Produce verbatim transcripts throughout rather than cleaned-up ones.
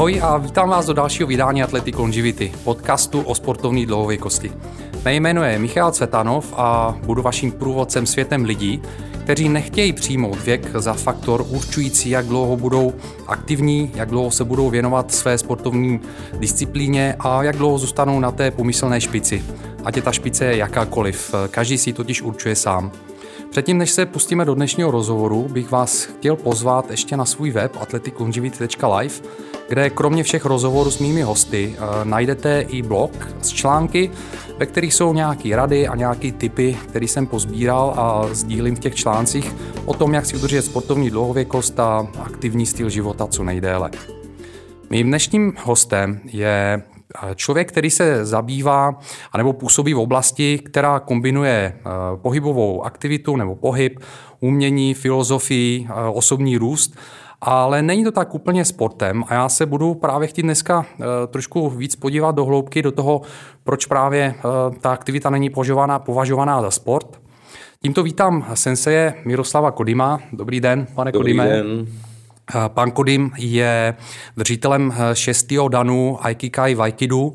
Ahoj a vítám vás do dalšího vydání Athletic Longevity, podcastu o sportovní dlouhověkosti. Mé jméno je Michal Cvetanov a budu vaším průvodcem světem lidí, kteří nechtějí přijmout věk za faktor určující, jak dlouho budou aktivní, jak dlouho se budou věnovat své sportovní disciplíně a jak dlouho zůstanou na té pomyslné špici. Ať je ta špice jakákoliv, každý si totiž určuje sám. Předtím, než se pustíme do dnešního rozhovoru, bych vás chtěl pozvat ještě na svůj web athletic longevity tečka live, kde kromě všech rozhovorů s mými hosty najdete i blog s články, ve kterých jsou nějaké rady a nějaké tipy, které jsem pozbíral a sdílím v těch článcích o tom, jak si udržet sportovní dlouhověkost a aktivní styl života co nejdéle. Mým dnešním hostem je člověk, který se zabývá anebo působí v oblasti, která kombinuje pohybovou aktivitu nebo pohyb, umění, filozofii, osobní růst, ale není to tak úplně sportem a já se budu právě chtít dneska trošku víc podívat do hloubky do toho, proč právě ta aktivita není považovaná, považovaná za sport. Tímto vítám senseje Miroslava Kodima. Dobrý den, pane Dobrý Kodime. Den. Pan Kodim je držitelem šestého danu Aikikai v Aikidu,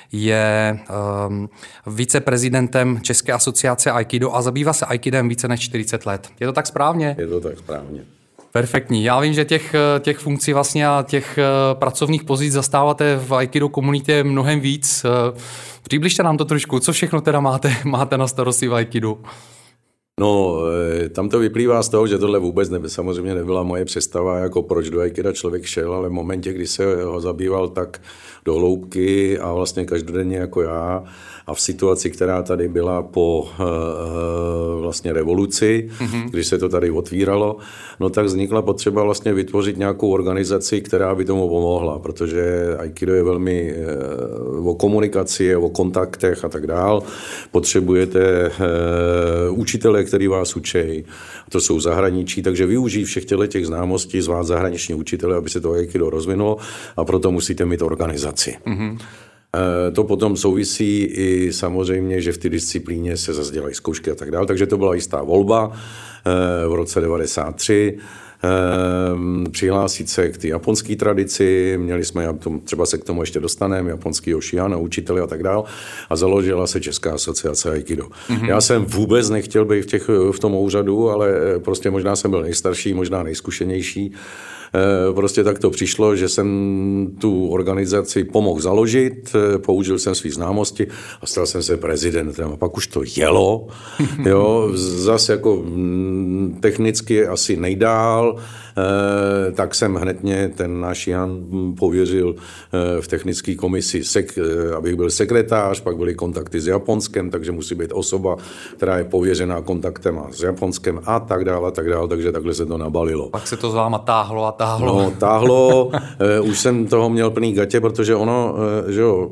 je um, viceprezidentem České asociace Aikido a zabývá se Aikidem více než čtyřicet let. Je to tak správně? Je to tak správně. Perfektní. Já vím, že těch, těch funkcí vlastně a těch pracovních pozic zastáváte v Aikido komunitě mnohem víc. Přibližte nám to trošku. Co všechno teda máte, máte na starosti v Aikidu? No, tam to vyplývá z toho, že tohle vůbec neby, samozřejmě nebyla moje představa, jako proč do Aikida člověk šel, ale v momentě, kdy se ho zabýval tak do hloubky a vlastně každodenně jako já a v situaci, která tady byla po uh, vlastně revoluci, mm-hmm. když se to tady otvíralo, no tak vznikla potřeba vlastně vytvořit nějakou organizaci, která by tomu pomohla, protože Aikido je velmi uh, o komunikaci, o kontaktech a tak dál. Potřebujete uh, učitele, který vás učí, to jsou zahraničí, takže využijí všech těch známostí, zvát zahraniční učitele, aby se to Aikido rozvinulo a proto musíte mít organizaci. Mm-hmm. To potom souvisí i samozřejmě, že v té disciplíně se zase dělají zkoušky a tak dále, takže to byla jistá volba v roce devadesát tři. Přihlásit se k té japonské tradici, měli jsme, třeba se k tomu ještě dostaneme, japonského šiana, učitele a tak dále a založila se Česká asociace Aikido. Mm-hmm. Já jsem vůbec nechtěl být v, těch, v tom úřadu, ale prostě možná jsem byl nejstarší, možná nejzkušenější. Prostě tak to přišlo, že jsem tu organizaci pomohl založit, použil jsem svý známosti a stal jsem se prezidentem. A pak už to jelo, jo, zase jako technicky asi nejdál, tak jsem hnedně ten náš Jan pověřil v technické komisi, abych byl sekretář, pak byly kontakty s Japonskem, takže musí být osoba, která je pověřená kontaktem s Japonskem a tak dále, a tak dále, takže takhle se to nabalilo. Pak se to s váma táhlo a táhlo. No, táhlo, už jsem toho měl plný gatě, protože ono, že jo,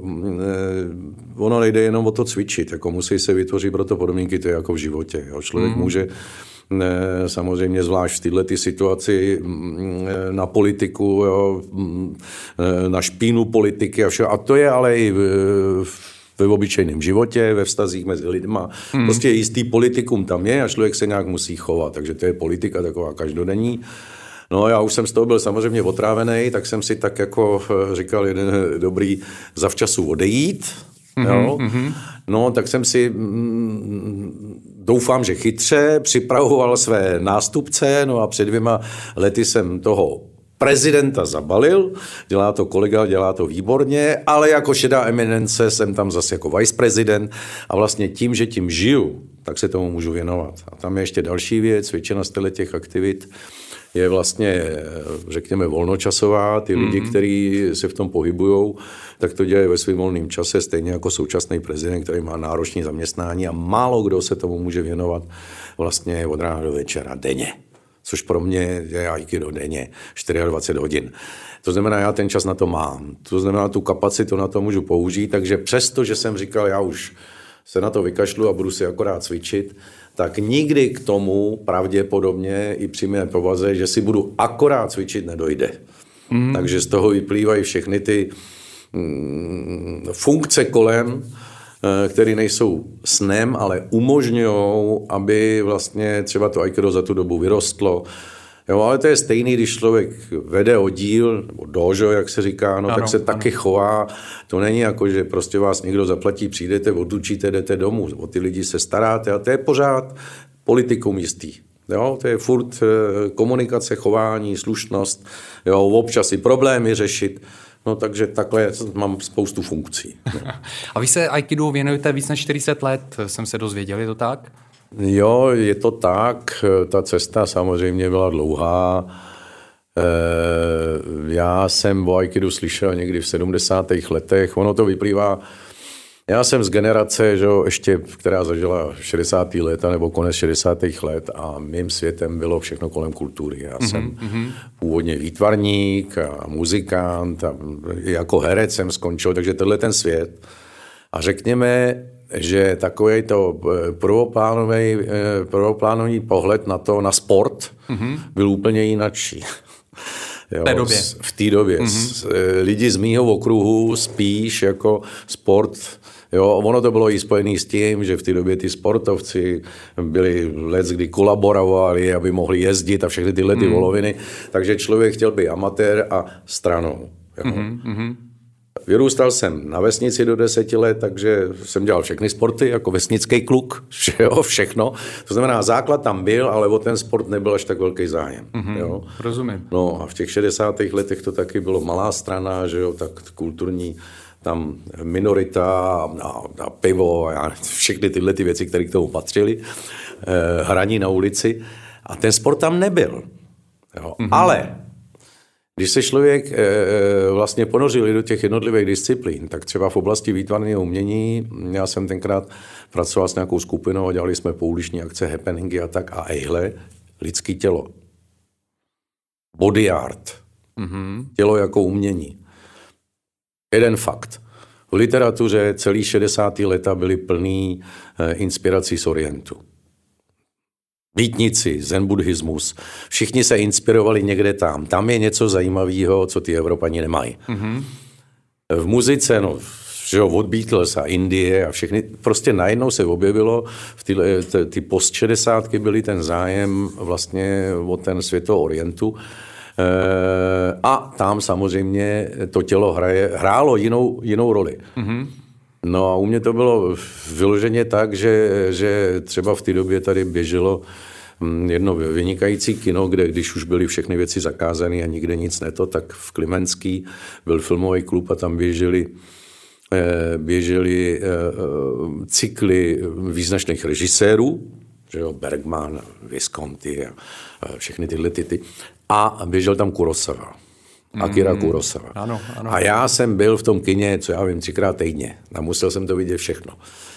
ono nejde jenom o to cvičit, jako musí se vytvořit pro to podmínky, to je jako v životě, jo. Člověk mm. může samozřejmě zvlášť v této situaci na politiku, jo, na špínu politiky a vše. A to je ale i ve obyčejném životě, ve vztazích mezi lidma. Hmm. Prostě jistý politikum tam je a člověk se nějak musí chovat, takže to je politika taková každodenní. No já už jsem z toho byl samozřejmě otrávený, tak jsem si tak jako říkal jeden dobrý zavčasu odejít. Mm-hmm, jo. Mm-hmm. No, tak jsem si, mm, doufám, že chytře, připravoval své nástupce, no a před dvěma lety jsem toho prezidenta zabalil, dělá to kolega, dělá to výborně, ale jako šedá eminence jsem tam zase jako viceprezident a vlastně tím, že tím žiju, tak se tomu můžu věnovat. A tam je ještě další věc, většina z těch aktivit je vlastně, řekněme, volnočasová. Ty lidi, mm-hmm. kteří se v tom pohybujou, tak to dělají ve svém volném čase, stejně jako současný prezident, který má náročné zaměstnání a málo kdo se tomu může věnovat vlastně od rána do večera denně. Což pro mě je aikido denně, dvacet čtyři hodin. To znamená, já ten čas na to mám. To znamená, tu kapacitu na to můžu použít, takže přesto, že jsem říkal, já už se na to vykašlu a budu si akorát cvičit, tak nikdy k tomu pravděpodobně i při mé povaze, že si budu akorát cvičit, nedojde. Mm. Takže z toho vyplývají všechny ty mm, funkce kolem, které nejsou snem, ale umožňují, aby vlastně třeba to aikido za tu dobu vyrostlo, Jo, ale to je stejný, když člověk vede oddíl, nebo dojo, jak se říká, no, ano, tak se ano. taky chová. To není jako, že prostě vás někdo zaplatí, přijdete, odučíte, jdete domů. O ty lidi se staráte a to je pořád politikum jistý. Jo, to je furt komunikace, chování, slušnost, jo, občas i problémy řešit. No, takže takhle mám spoustu funkcí. No. A vy se aikidu věnujete víc než čtyřicet let, jsem se dozvěděl, je to tak? Jo, je to tak. Ta cesta samozřejmě byla dlouhá. Já jsem o aikidu slyšel někdy v sedmdesátých letech. Ono to vyplývá. Já jsem z generace, že jo, ještě, která zažila šedesátá léta nebo konec šedesátých let a mým světem bylo všechno kolem kultury. Já mm-hmm. jsem původně výtvarník a muzikant a jako herec jsem skončil, takže tenhle ten svět. A řekněme, že takový to prvoplánový, prvoplánový pohled na to, na sport, mm-hmm. byl úplně jinačí. Jo, v té době. V té době. Mm-hmm. Lidi z mýho okruhu spíš jako sport. Jo, ono to bylo i spojené s tím, že v té době ty sportovci byli let, kdy kolaborovali, aby mohli jezdit a všechny tyhle ty mm. voloviny. Takže člověk chtěl být amatér a stranou. Jo. Mm-hmm. Vyrůstal jsem na vesnici do deseti let, takže jsem dělal všechny sporty, jako vesnický kluk, jo, všechno. To znamená, základ tam byl, ale o ten sport nebyl až tak velký zájem. Mm-hmm, jo. Rozumím. No a v těch šedesátých letech to taky bylo malá strana, že jo, tak kulturní, tam minorita a, a pivo a všechny tyhle ty věci, které k tomu patřily, eh, hraní na ulici. A ten sport tam nebyl. Jo. Mm-hmm. Ale když se člověk e, vlastně ponořil do těch jednotlivých disciplín, tak třeba v oblasti výtvarného umění, já jsem tenkrát pracoval s nějakou skupinou a dělali jsme pouliční akce, happeningy a tak, a ejhle, lidský tělo. Body art. Mm-hmm. Tělo jako umění. Jeden fakt. V literatuře celý šedesátá léta byly plný e, inspirací z Orientu. Mýtnici, zen buddhismus, všichni se inspirovali někde tam. Tam je něco zajímavého, co ty Evropani nemají. Mm-hmm. V muzice, no, že jo, od Beatles a Indie a všechny, prostě najednou se objevilo, v ty, ty, ty post-šedesátky byly ten zájem vlastně o ten světový orientu. E, a tam samozřejmě to tělo hraje, hrálo jinou, jinou roli. Mm-hmm. No a u mě to bylo vyloženě tak, že, že třeba v té době tady běželo jedno vynikající kino, kde když už byly všechny věci zakázané a nikde nic neto, tak v Klimenský byl filmový klub a tam běželi, běželi cykly význačných režisérů, že jo, Bergman, Visconti a všechny tyhle ty. A běžel tam Kurosawa. Akira Kurosawa. Ano, ano. A já jsem byl v tom kině, co já vím, třikrát týdně. A musel jsem to vidět všechno.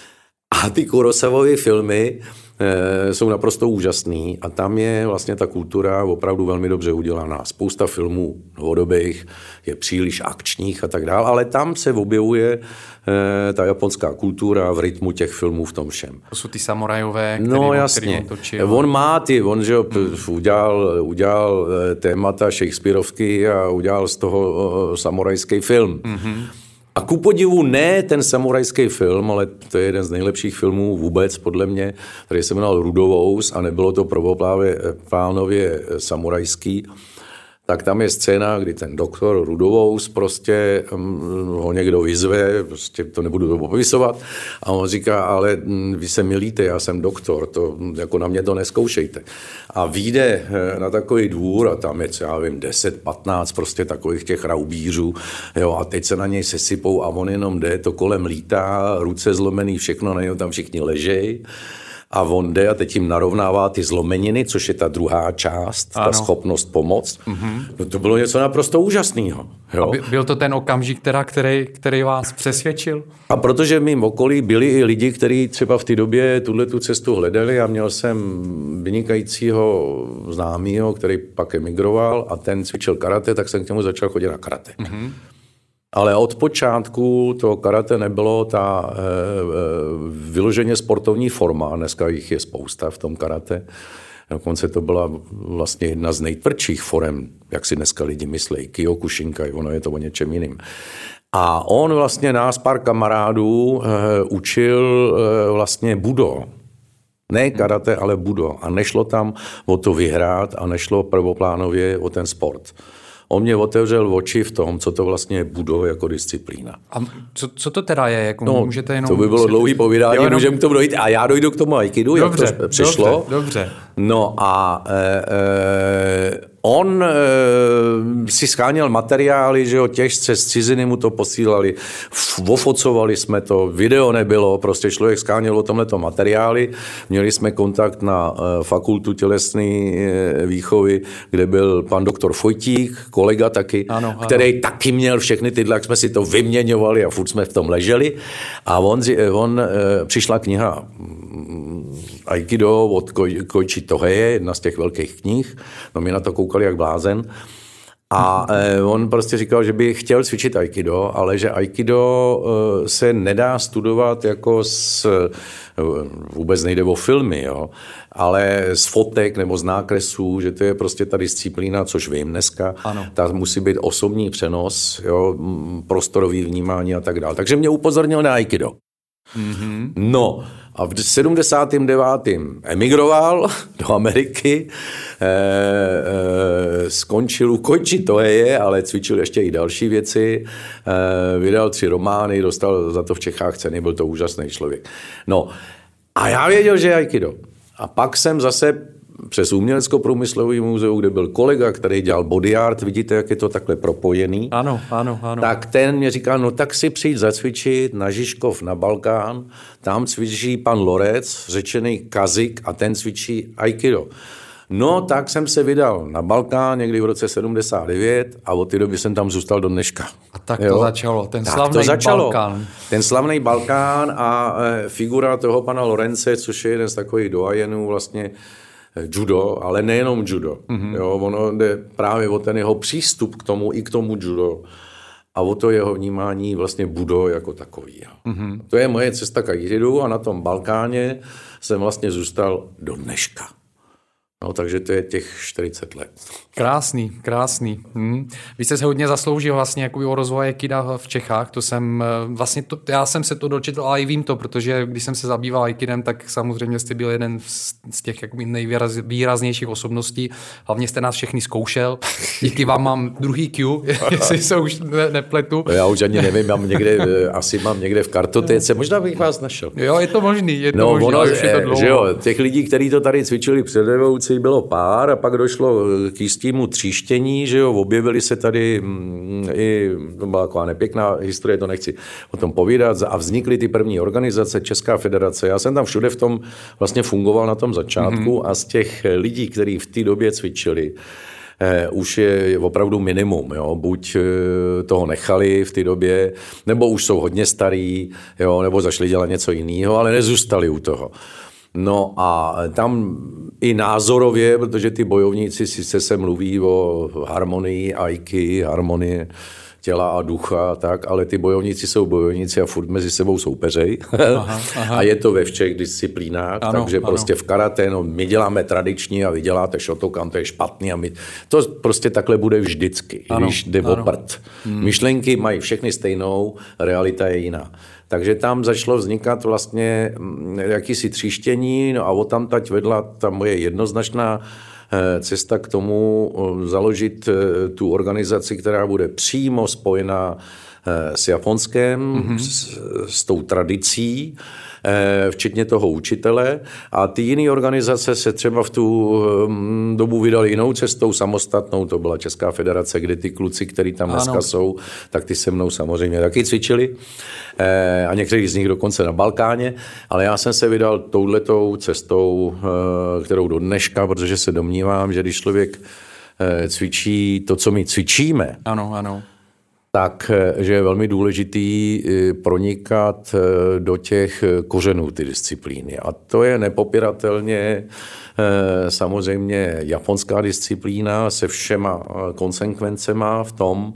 A ty Kurosawovy filmy e, jsou naprosto úžasný a tam je vlastně ta kultura opravdu velmi dobře udělaná. Spousta filmů novodobých je příliš akčních a tak dále, ale tam se objevuje e, ta japonská kultura v rytmu těch filmů v tom všem. To jsou ty samurajové, který, no, on, jasně. který on točil. On má ty, on že hmm. udělal, udělal témata Shakespeareovky a udělal z toho uh, samurajský film. Mm-hmm. A ku podivu ne ten samurajský film, ale to je jeden z nejlepších filmů vůbec, podle mě, který se jmenoval Rudovous a nebylo to prvoplánově samurajský. Tak tam je scéna, kdy ten doktor Rudovous prostě ho někdo vyzve, prostě to nebudu to popisovat, a on říká, ale vy se milíte, já jsem doktor, to jako na mě to neskoušejte. A vyjde na takový dvůr a tam je, co já vím, deset, patnáct prostě takových těch raubířů, jo, a teď se na něj sesypou a on jenom jde, to kolem lítá, ruce zlomený, všechno, na něj tam všichni ležejí. A on jde a teď jim narovnává ty zlomeniny, což je ta druhá část, ano. Ta schopnost pomoct. Mm-hmm. No to bylo něco naprosto úžasného. A by, byl to ten okamžik, teda, který, který vás přesvědčil? A protože v mým okolí byli i lidi, kteří třeba v té době tuhletu cestu hledali a měl jsem vynikajícího známýho, který pak emigroval a ten cvičil karate, tak jsem k němu začal chodit na karate. Mm-hmm. Ale od počátku to karate nebylo ta e, e, vyloženě sportovní forma, dneska jich je spousta v tom karate. Dokonce to byla vlastně jedna z nejtvrdších forem, jak si dneska lidi myslí, Kyokushinkai, ono je to o něčem jiným. A on vlastně nás, pár kamarádů, e, učil e, vlastně budo. Ne karate, ale budo. A nešlo tam o to vyhrát a nešlo prvoplánově o ten sport. On mě otevřel oči v tom, co to vlastně je budo jako disciplína. A co, co to teda je? Jako no, můžete jenom to by bylo dlouhý povídání, jo, jenom... můžeme k tomu dojít. A já dojdu k tomu aikidu, dobře, jak to přišlo. Dobře, dobře. No a e, e, on e, si scháněl materiály, že jo, těžce z ciziny mu to posílali, ofocovali jsme to, video nebylo, prostě člověk scháněl o tomhleto materiály. Měli jsme kontakt na e, fakultu tělesné e, výchovy, kde byl pan doktor Fojtík, kolega taky, ano, ano. který taky měl všechny tyhle, jak jsme si to vyměňovali a furt jsme v tom leželi. A on, on e, přišla kniha Aikido od Koichi Toheje, jedna z těch velkých knih. No my na to koukali jak blázen. A e, on prostě říkal, že by chtěl cvičit Aikido, ale že Aikido e, se nedá studovat jako s... E, vůbec nejde o filmy, jo, ale z fotek nebo z nákresů, že to je prostě ta disciplína, což vím dneska. Ano. Ta musí být osobní přenos, jo, prostorový vnímání a tak dále. Takže mě upozornil na Aikido. Mm-hmm. No a v sedmdesátém devátém emigroval do Ameriky, e, e, skončil u Koichi Toheje, ale cvičil ještě i další věci, e, vydal tři romány, dostal za to v Čechách ceny, byl to úžasný člověk. No a já věděl, že je Aikido. A pak jsem zase přes Umělecko-průmyslové muzeum, kde byl kolega, který dělal body art, vidíte, jak je to takhle propojený. Ano, ano, ano. Tak ten mě říkal, no tak si přijď zacvičit na Žižkov na Balkán, tam cvičí pan Lorec, řečený kazik, a ten cvičí Aikido. No, tak jsem se vydal na Balkán někdy v roce sedmdesát devět a od té doby jsem tam zůstal do dneška. A tak jo? to začalo, ten tak slavný Balkán. Ten slavný Balkán a e, figura toho pana Lorence, což je jeden z takových doajenů vlastně judo, ale nejenom judo. Mm-hmm. Jo, ono jde právě o ten jeho přístup k tomu i k tomu judo a o to jeho vnímání vlastně budo jako takový. Mm-hmm. To je moje cesta k aikidu a na tom Balkáně jsem vlastně zůstal do dneška. No, takže to je těch čtyřicet let. Krásný, krásný. Hm. Vy jste se hodně zasloužil vlastně jako o rozvoji aikida v Čechách. To jsem vlastně, to, já jsem se to dočetl, ale i vím to, protože když jsem se zabýval aikidem, tak samozřejmě jste byl jeden z, z těch jako nejvýraznějších osobností. Hlavně jste nás všechny zkoušel. Díky vám mám druhý Q, jestli se už ne, nepletu. Já už ani nevím, mám někde, asi mám někde v kartotéce, možná bych vás našel. Jo, je to možný, je to no, možný, ono, ale už je to dlouho. Že jo, těch lidí, kteří to tady cvičili předevou, bylo pár a pak došlo k jistému tříštění, že jo, objevili se tady mm, i, to byla taková nepěkná historie, to nechci o tom povídat, a vznikly ty první organizace, Česká federace. Já jsem tam všude v tom vlastně fungoval na tom začátku mm-hmm. a z těch lidí, kteří v té době cvičili, Eh, už je opravdu minimum. Jo? Buď eh, toho nechali v té době, nebo už jsou hodně starý, jo? Nebo zašli dělat něco jiného, ale nezůstali u toho. No a tam i názorově, protože ty bojovníci sice se mluví o harmonii, aiki, harmonie těla a ducha, tak, ale ty bojovníci jsou bojovníci a furt mezi sebou soupeřej. Aha, aha. A je to ve všech disciplínách, ano, takže ano. Prostě v karate, no, my děláme tradiční a vy děláte Shotokan, to je špatný a my, to prostě takhle bude vždycky, ano, když jde o prd. Hmm. Myšlenky mají všechny stejnou, realita je jiná. Takže tam začalo vznikat vlastně jakýsi tříštění, no a odtamtať vedla ta moje jednoznačná cesta k tomu založit tu organizaci, která bude přímo spojená s Japonskem, mm-hmm. s, s tou tradicí, včetně toho učitele. A ty jiné organizace se třeba v tu dobu vydali jinou cestou, samostatnou, to byla Česká federace, kde ty kluci, kteří tam dneska ano. jsou, tak ty se mnou samozřejmě taky cvičili. A některý z nich dokonce na Balkáně. Ale já jsem se vydal touhletou cestou, kterou do dneška, protože se domnívám, že když člověk cvičí to, co my cvičíme, ano, ano. tak, že je velmi důležitý pronikat do těch kořenů ty disciplíny. A to je nepopiratelně samozřejmě japonská disciplína se všema konsekvencema v tom,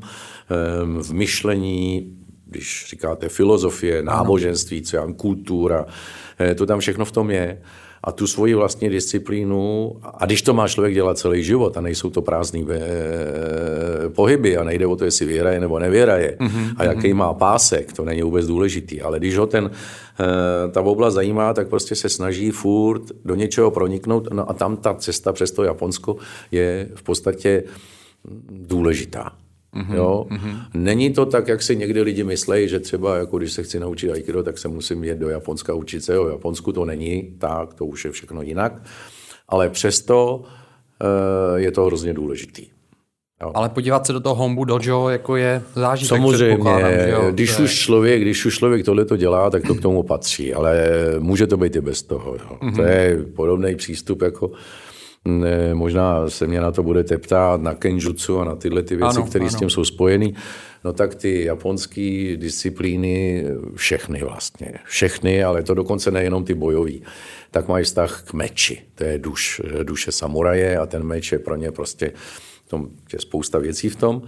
v myšlení, když říkáte filozofie, náboženství, co já, kultura, to tam všechno v tom je. a tu svoji vlastní disciplínu, a když to má člověk dělat celý život a nejsou to prázdný eh, pohyby a nejde o to, jestli vyhraje nebo nevyhraje mm-hmm. a jaký má pásek, to není vůbec důležitý, ale když ho ten, eh, ta oblast zajímá, tak prostě se snaží furt do něčeho proniknout, no a tam ta cesta přes to Japonsko je v podstatě důležitá. Mm-hmm, jo? Mm-hmm. Není to tak, jak si někdy lidi myslejí, že třeba jako když se chci naučit aikido, tak se musím jet do Japonska učit se. O Japonsku to není tak, to už je všechno jinak, ale přesto uh, je to hrozně důležitý. Jo. Ale podívat se do toho Hombu Dojo jako je zážitek. Samozřejmě, když už člověk, když už člověk tohleto dělá, tak to k tomu patří, ale může to být i bez toho. Jo. Mm-hmm. To je podobný přístup jako Ne, možná se mě na to budete ptát, na kenjutsu a na tyhle ty věci, které s tím jsou spojený. No tak ty japonské disciplíny, všechny vlastně, všechny, ale to dokonce nejenom ty bojový, tak mají vztah k meči. To je duš, duše samuraje a ten meč je pro ně prostě, tom je spousta věcí v tom.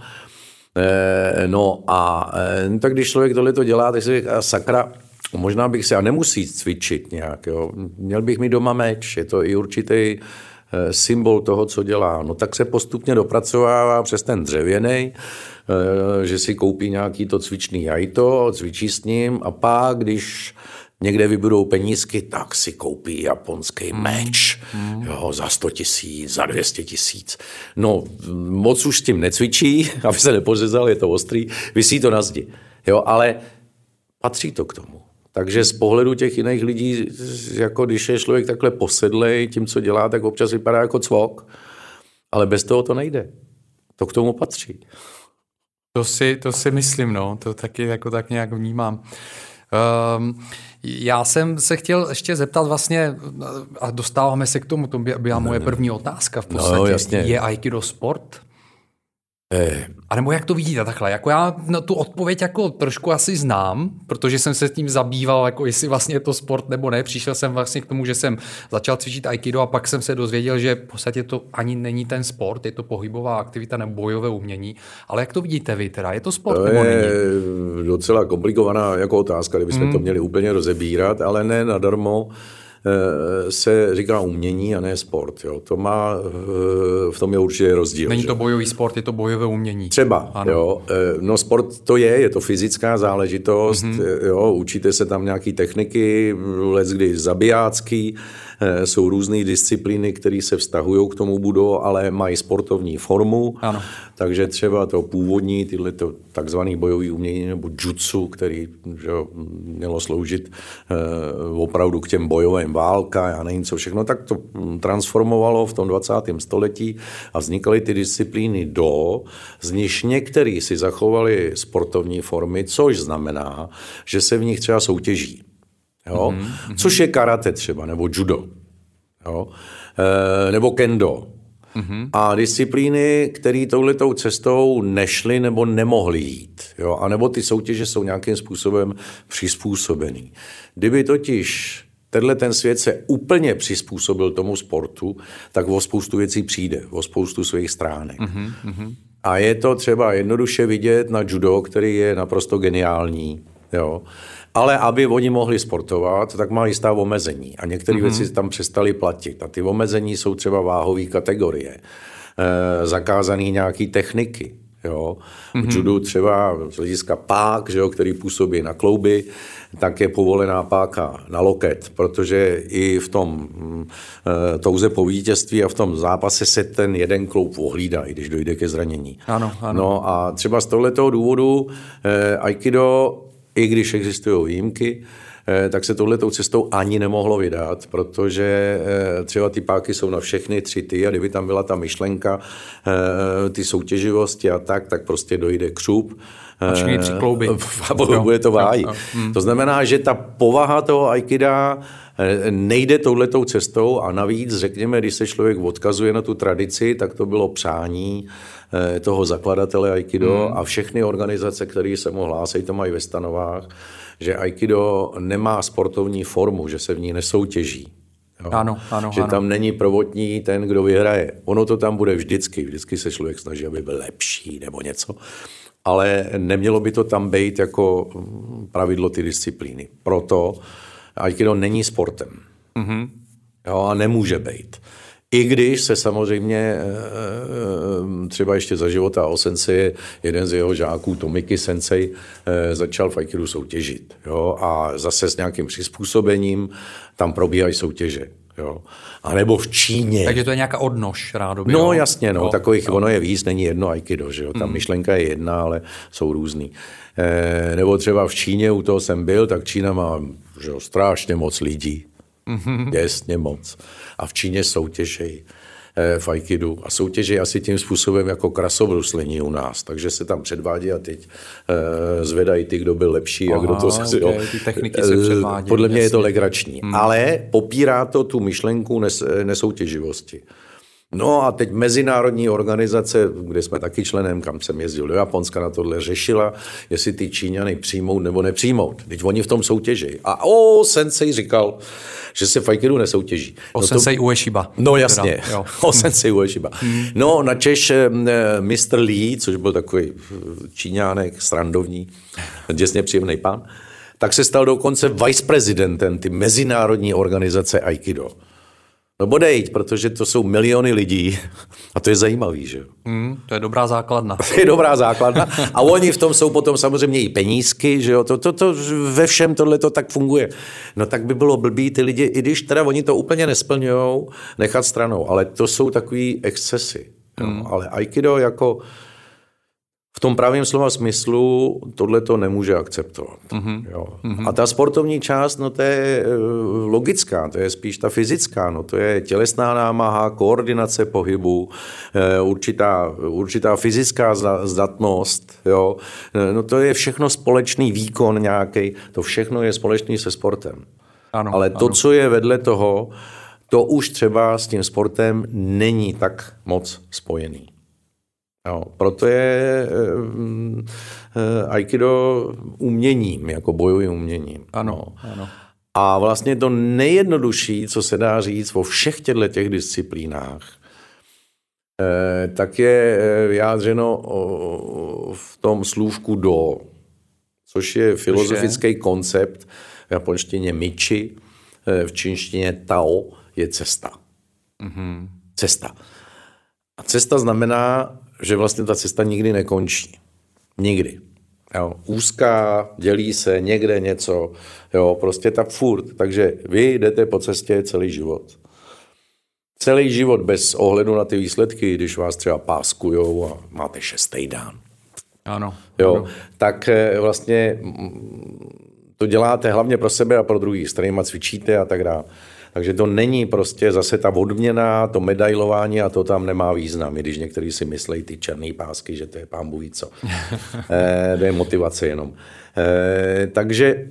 E, no a e, tak když člověk tohleto dělá, tak si říká, sakra, možná bych se, a nemusí cvičit nějak, jo. Měl bych mít doma meč, je to i určitý symbol toho, co dělá. No tak se postupně dopracovává přes ten dřevěnej, že si koupí nějaký to cvičný jajto, cvičí s ním a pak, když někde vybudou penízky, tak si koupí japonský meč. Mm. Jo, za sto tisíc, za dvě stě tisíc. No, moc už s tím necvičí, aby se nepořezal, je to ostrý, visí to na zdi. Jo, ale patří to k tomu. Takže z pohledu těch jiných lidí, jako když je člověk takhle posedlej tím, co dělá, tak občas vypadá jako cvok, ale bez toho to nejde. To k tomu patří. To si, to si myslím, no, to taky jako tak nějak vnímám. Um, já jsem se chtěl ještě zeptat vlastně, a dostáváme se k tomu, to byla moje první otázka v podstatě. No, jasně. Je aikido sport? Eh. A nebo jak to vidíte takhle? Jako já no, tu odpověď jako trošku asi znám, protože jsem se tím zabýval, jako jestli vlastně je to sport nebo ne. Přišel jsem vlastně k tomu, že jsem začal cvičit aikido a pak jsem se dozvěděl, že v podstatě to ani není ten sport, je to pohybová aktivita nebo bojové umění. Ale jak to vidíte vy teda? Je to sport to nebo je není? Docela komplikovaná jako otázka, kdybychom hmm. to měli úplně rozebírat, ale ne nadarmo se říká umění a ne sport. Jo. To má, v tom je určitě rozdíl. Není že? to bojový sport, je to bojové umění. Třeba. Jo. No sport to je, je to fyzická záležitost. Mm-hmm. Jo. Učíte se tam nějaký techniky, leckdy zabijácký. Jsou různé disciplíny, které se vztahují k tomu budo, ale mají sportovní formu. Ano. Takže třeba to původní, tyhle to takzvané bojové umění nebo jutsu, který že, mělo sloužit eh, opravdu k těm bojovým válkám, já nevím co všechno, tak to transformovalo v tom dvacátém století a vznikaly ty disciplíny do, z nichž některý si zachovali sportovní formy, což znamená, že se v nich třeba soutěží. Jo? Mm-hmm. Což je karate třeba, nebo judo, jo? E, nebo kendo. Mm-hmm. A disciplíny, které touhletou cestou nešly nebo nemohly jít. Jo? A nebo ty soutěže jsou nějakým způsobem přizpůsobený. Kdyby totiž tenhle ten svět se úplně přizpůsobil tomu sportu, tak o spoustu věcí přijde, o spoustu svých stránek. Mm-hmm. A je to třeba jednoduše vidět na judo, který je naprosto geniální, jo? Ale aby oni mohli sportovat, tak má jistá omezení. A některé mm-hmm. věci tam přestaly platit. A ty omezení jsou třeba váhové kategorie, e, zakázané nějaké techniky. Jo. Mm-hmm. V judu třeba z hlediska pák, že jo, který působí na klouby, tak je povolená páka na loket, protože i v tom e, touze po vítězství a v tom zápase se ten jeden kloub ohlídá, i když dojde ke zranění. Ano, ano. No a třeba z tohletoho důvodu e, aikido, i když existují výjimky, tak se touhletou cestou ani nemohlo vydat, protože třeba ty páky jsou na všechny tři ty a kdyby tam byla ta myšlenka, ty soutěživosti a tak, tak prostě dojde křup. Všechny tři klouby. A bude to váj. To znamená, že ta povaha toho aikida nejde touhletou cestou a navíc, řekněme, když se člověk odkazuje na tu tradici, tak to bylo přání toho zakladatele aikido hmm. a všechny organizace, které se mu hlásí, to mají ve stanovách, že aikido nemá sportovní formu, že se v ní nesoutěží. Jo? Ano, ano, že ano. tam není prvotní ten, kdo vyhraje. Ono to tam bude vždycky. Vždycky se člověk snaží, aby byl lepší nebo něco. Ale nemělo by to tam být jako pravidlo ty disciplíny. Proto aikido není sportem. Mm-hmm. Jo, a nemůže být. I když se samozřejmě třeba ještě za života o sensei, jeden z jeho žáků, Tomiki sensei, začal v aikidu soutěžit. Jo? A zase s nějakým přizpůsobením tam probíhají soutěže. Jo? A nebo v Číně. Takže to je nějaká odnož rádoby. No jo? jasně, no, jo, takových, jo. ono je víc, není jedno aikido, že jo? Ta mm. myšlenka je jedna, ale jsou různý. E, nebo třeba v Číně, u toho jsem byl, tak Čína má že jo, strašně moc lidí. Mm-hmm. Jasně moc. A v Číně soutěžejí e, v aikidu. A soutěžejí asi tím způsobem jako krasobruslení u nás. Takže se tam předvádí a teď e, zvedají ty, kdo byl lepší. Aha, a kdo to okay, jo, ty techniky se předvádí. Podle mě jasně. je to legrační. Mm. Ale popírá to tu myšlenku nes, nesoutěživosti. No a teď mezinárodní organizace, kde jsme taky členem, kam jsem jezdil do Japonska, na tohle řešila, jestli ty Číňany přijmout nebo nepřijmout. Teď oni v tom soutěží. A o, sensei říkal, že se v aikidu nesoutěží. O no sensei to... Ueshiba. No jasně, teda, o sensei Ueshiba. Hmm. No načež mistr Lee, což byl takový Číňánek, srandovní, děsně příjemný pán, tak se stal dokonce viceprezidentem ty mezinárodní organizace aikido. No bodejť, protože to jsou miliony lidí a to je zajímavý, že jo. Mm, to je dobrá základna. To je dobrá základna a oni v tom jsou potom samozřejmě i penízky, že jo, to, to, to ve všem tohle to tak funguje. No tak by bylo blbý ty lidi, i když teda oni to úplně nesplňujou, nechat stranou, ale to jsou takový excesy. Mm. Jo? Ale aikido jako v tom pravém slova smyslu tohle to nemůže akceptovat. Mm-hmm. Jo. Mm-hmm. A ta sportovní část, no to je logická, to je spíš ta fyzická, no to je tělesná námaha, koordinace pohybu, určitá, určitá fyzická zdatnost, jo. No to je všechno společný výkon nějaký, to všechno je společný se sportem. Ano, ale to, ano. co je vedle toho, to už třeba s tím sportem není tak moc spojený. Jo, proto je e, aikido uměním, jako bojovým uměním. Ano, ano. A vlastně to nejjednodušší, co se dá říct o všech těchto těch disciplínách, e, tak je vyjádřeno o, v tom slůvku do, což je filozofický je? koncept v japonštině michi, v čínštině tao je cesta. Mm-hmm. Cesta. A cesta znamená, že vlastně ta cesta nikdy nekončí. Nikdy. Jo. Úzká, dělí se někde něco, jo, prostě tak furt. Takže vy jdete po cestě celý život. Celý život bez ohledu na ty výsledky, když vás třeba páskujou a máte šestý dán. Ano. Jo, ano. tak vlastně to děláte hlavně pro sebe a pro druhý, s kterýma cvičíte a tak dále. Takže to není prostě zase ta odměna, to medailování a to tam nemá význam, i když někteří si myslejí ty černý pásky, že to je pán bůh ví co. e, to je motivace jenom. E, takže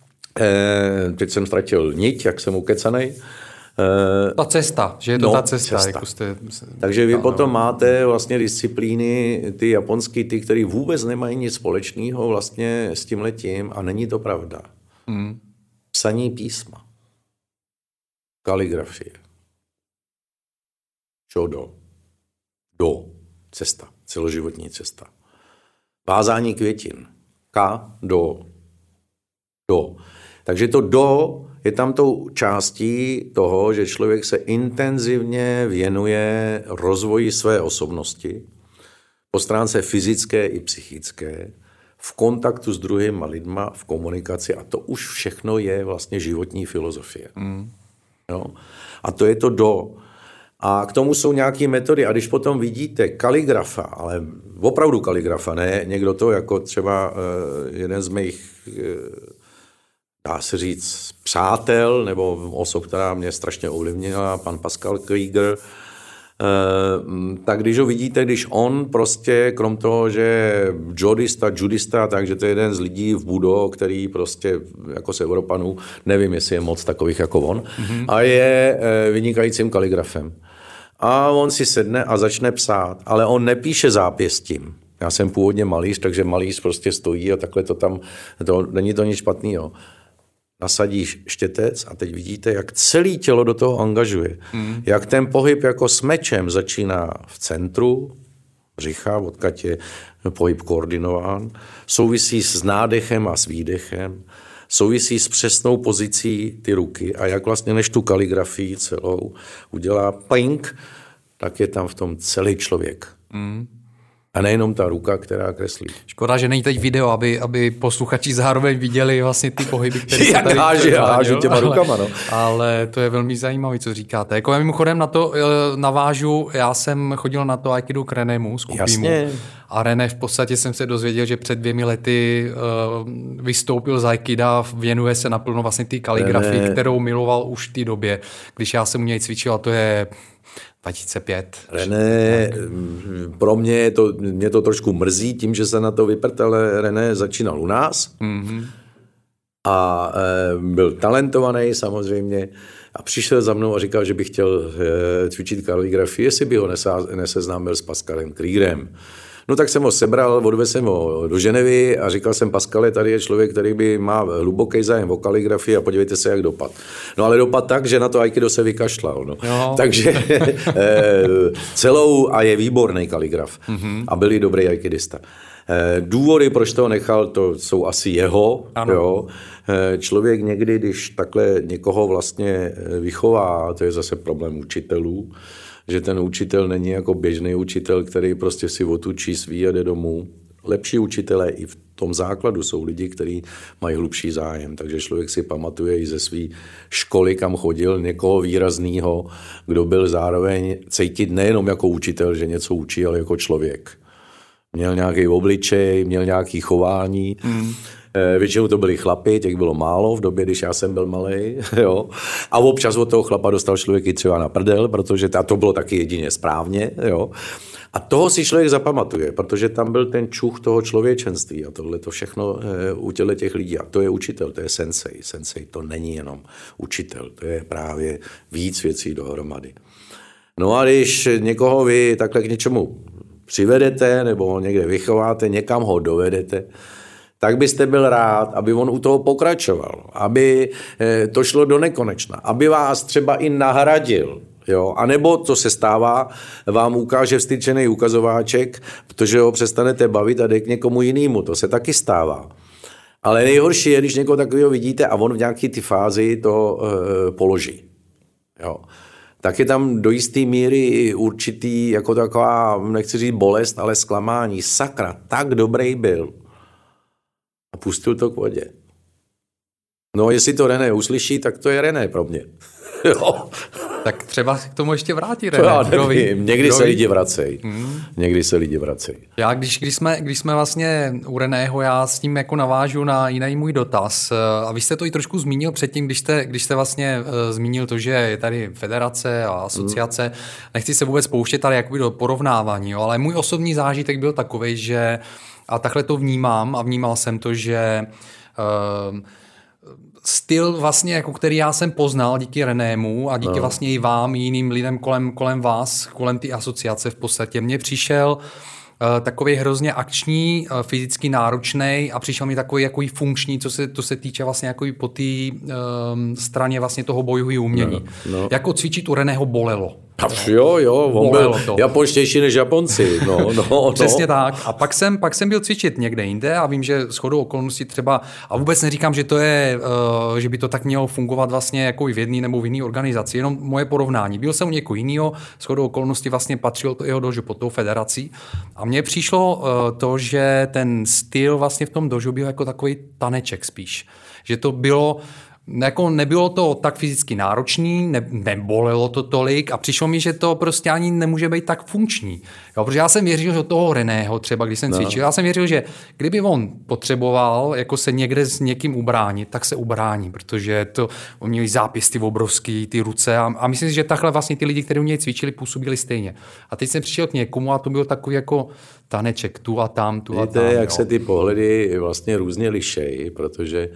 e, teď jsem ztratil niť, jak jsem ukecanej. E, ta cesta, že je to no, ta cesta. cesta. Jako jste, takže vy no, potom no. máte vlastně disciplíny, ty japonský, ty, které vůbec nemají nic společného vlastně s tímhletím a není to pravda. Hmm. Psaní písma. Kaligrafie. Shodo. Do. Cesta. Celoživotní cesta. Vázání květin. Ka. Do. Do. Takže to do je tam tou částí toho, že člověk se intenzivně věnuje rozvoji své osobnosti po stránce fyzické i psychické, v kontaktu s druhýma lidma, v komunikaci a to už všechno je vlastně životní filozofie. Mm. Jo? A to je to do. A k tomu jsou nějaké metody. A když potom vidíte kaligrafa, ale opravdu kaligrafa, ne někdo to jako třeba uh, jeden z mých, uh, dá se říct, přátel nebo osob, která mě strašně ovlivnila, pan Pascal Krieger, Uh, tak když ho vidíte, když on prostě, krom toho, že je judista, judista, takže to je jeden z lidí v budo, který prostě jako z Evropanů, nevím, jestli je moc takových jako on, mm-hmm. a je uh, vynikajícím kaligrafem. A on si sedne a začne psát, ale on nepíše zápěstím. Já jsem původně malíř, takže malíř prostě stojí a takhle to tam, to, není to nic špatného. Nasadíš štětec a teď vidíte, jak celé tělo do toho angažuje. Mm. Jak ten pohyb jako s mečem začíná v centru břicha, odkud je pohyb koordinován, souvisí s nádechem a s výdechem, souvisí s přesnou pozicí ty ruky a jak vlastně než tu kaligrafii celou udělá ping, tak je tam v tom celý člověk. Mm. A nejenom ta ruka, která kreslí. Škoda, že není teď video, aby, aby posluchači zároveň viděli vlastně ty pohyby, které se tady háže, háže těma rukama, no. Ale to je velmi zajímavé, co říkáte. Jako já mimochodem na to navážu, já jsem chodil na to Aikido k Renému, z Kupímu. A René v podstatě jsem se dozvěděl, že před dvěmi lety uh, vystoupil z Aikida, věnuje se naplno vlastně té kaligrafii, René, kterou miloval už v té době, když já jsem u něj cvičil, a to je dva tisíce pět. René, tak. Pro mě to, mě to trošku mrzí tím, že se na to vyprt, ale René začínal u nás mm-hmm. a e, byl talentovaný samozřejmě a přišel za mnou a říkal, že by chtěl e, cvičit kaligrafii, jestli by ho nesa, neseznámil s Pascalem Kriegerem. No tak jsem ho sebral, odvezl jsem ho do Ženevy a říkal jsem, Pascale, tady je člověk, který by má hluboký zájem o kaligrafii a podívejte se, jak dopad. No ale dopad tak, že na to Aikido se vykašlal. No. Takže celou, a je výborný kaligraf mm-hmm. a byl i dobrý aikidista. Důvody, proč to nechal, to jsou asi jeho. Jo. Člověk někdy, když takhle někoho vlastně vychová, to je zase problém učitelů, že ten učitel není jako běžný učitel, který prostě si otučí svý a jde domů. Lepší učitelé i v tom základu jsou lidi, kteří mají hlubší zájem. Takže člověk si pamatuje i ze své školy, kam chodil, někoho výrazného, kdo byl zároveň cítit nejenom jako učitel, že něco učí, ale jako člověk. Měl nějaký obličej, měl nějaké chování. Mm. Většinou to byli chlapi, těch bylo málo v době, když já jsem byl malej, jo. A občas od toho chlapa dostal člověk i třeba na prdel, protože to bylo taky jedině správně, jo. A toho si člověk zapamatuje, protože tam byl ten čuch toho člověčenství a tohle to všechno u těchto těch lidí. A to je učitel, to je sensei. Sensei to není jenom učitel, to je právě víc věcí dohromady. No a když někoho vy takhle k něčemu přivedete nebo ho někde vychováte, někam ho dovedete, tak byste byl rád, aby on u toho pokračoval, aby to šlo do nekonečna, aby vás třeba i nahradil. Jo? A nebo, co se stává, vám ukáže vstyčený ukazováček, protože ho přestanete bavit a jde k někomu jinému. To se taky stává. Ale nejhorší je, když někoho takového vidíte a on v nějaké ty fázi to e, položí. Jo? Tak je tam do jisté míry určitý, jako taková, nechci říct bolest, ale zklamání. Sakra, tak dobrý byl. A pustil to k vodě. No, jestli to René uslyší, tak to je René pro mě. Jo. Tak třeba k tomu ještě vrátí René. Já nevím, někdy se lidi vracejí. Hmm. Někdy se lidi vracejí. Já, když, když, jsme, když jsme vlastně u Reného, já s tím jako navážu na jiný můj dotaz. A vy jste to i trošku zmínil předtím, když jste, když jste vlastně uh, zmínil to, že je tady federace a asociace. Hmm. Nechci se vůbec pouštět, ale jakoby do porovnávání. Jo. Ale můj osobní zážitek byl takovej, že a takhle to vnímám a vnímal jsem to, že uh, styl vlastně, jako který já jsem poznal díky Renému a díky no. vlastně i vám, jiným lidem kolem, kolem vás, kolem té asociace v podstatě, mně přišel uh, takový hrozně akční, uh, fyzicky náročný a přišel mi takový jako funkční, co se, to se týče vlastně jako po té um, straně vlastně toho bojového umění. No, no. Jako cvičit u Reného bolelo. Jo, jo, on byl japonštější než Japonci. No, no, Přesně no. tak. A pak jsem, pak jsem byl cvičit někde jinde a vím, že shodou okolností třeba, a vůbec neříkám, že to je, uh, že by to tak mělo fungovat vlastně jako i v jedné nebo v jiné organizaci, jenom moje porovnání. Byl jsem u někoho jiného, shodou okolností vlastně patřil to jeho dojo pod tou federací a mně přišlo uh, to, že ten styl vlastně v tom dojo byl jako takový taneček spíš. Že to bylo Jako nebylo to tak fyzicky náročný, ne, nebolelo to tolik a přišlo mi, že to prostě ani nemůže být tak funkční. Jo, protože já jsem věřil, že toho Reného třeba, když jsem no. cvičil, já jsem věřil, že kdyby on potřeboval jako se někde s někým ubránit, tak se ubrání, protože to, on měli zápěsty obrovský, ty ruce a, a myslím si, že takhle vlastně ty lidi, kteří u něj cvičili, působili stejně. A teď jsem přišel k někomu a to byl takový jako taneček tu a tam, tu Víte, a tam. jak jo. se ty pohledy vlastně různě lišejí, protože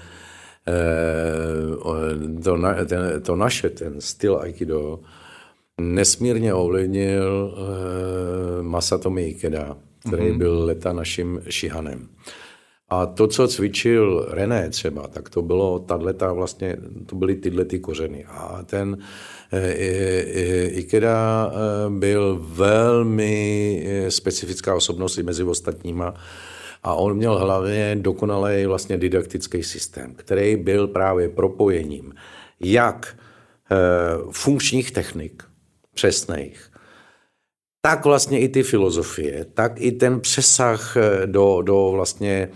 To, na, ten, to naše, ten styl Aikido, nesmírně ovlivnil eh, Masatomi Ikeda, který mm-hmm. byl leta naším šihanem. A to, co cvičil René třeba, tak to bylo tato vlastně, to byly tyhle ty kořeny. A ten eh, Ikeda byl velmi specifická osobnost i mezi ostatníma. A on měl hlavně dokonalý vlastně didaktický systém, který byl právě propojením jak e, funkčních technik, přesných, tak vlastně i ty filozofie, tak i ten přesah do, do vlastně,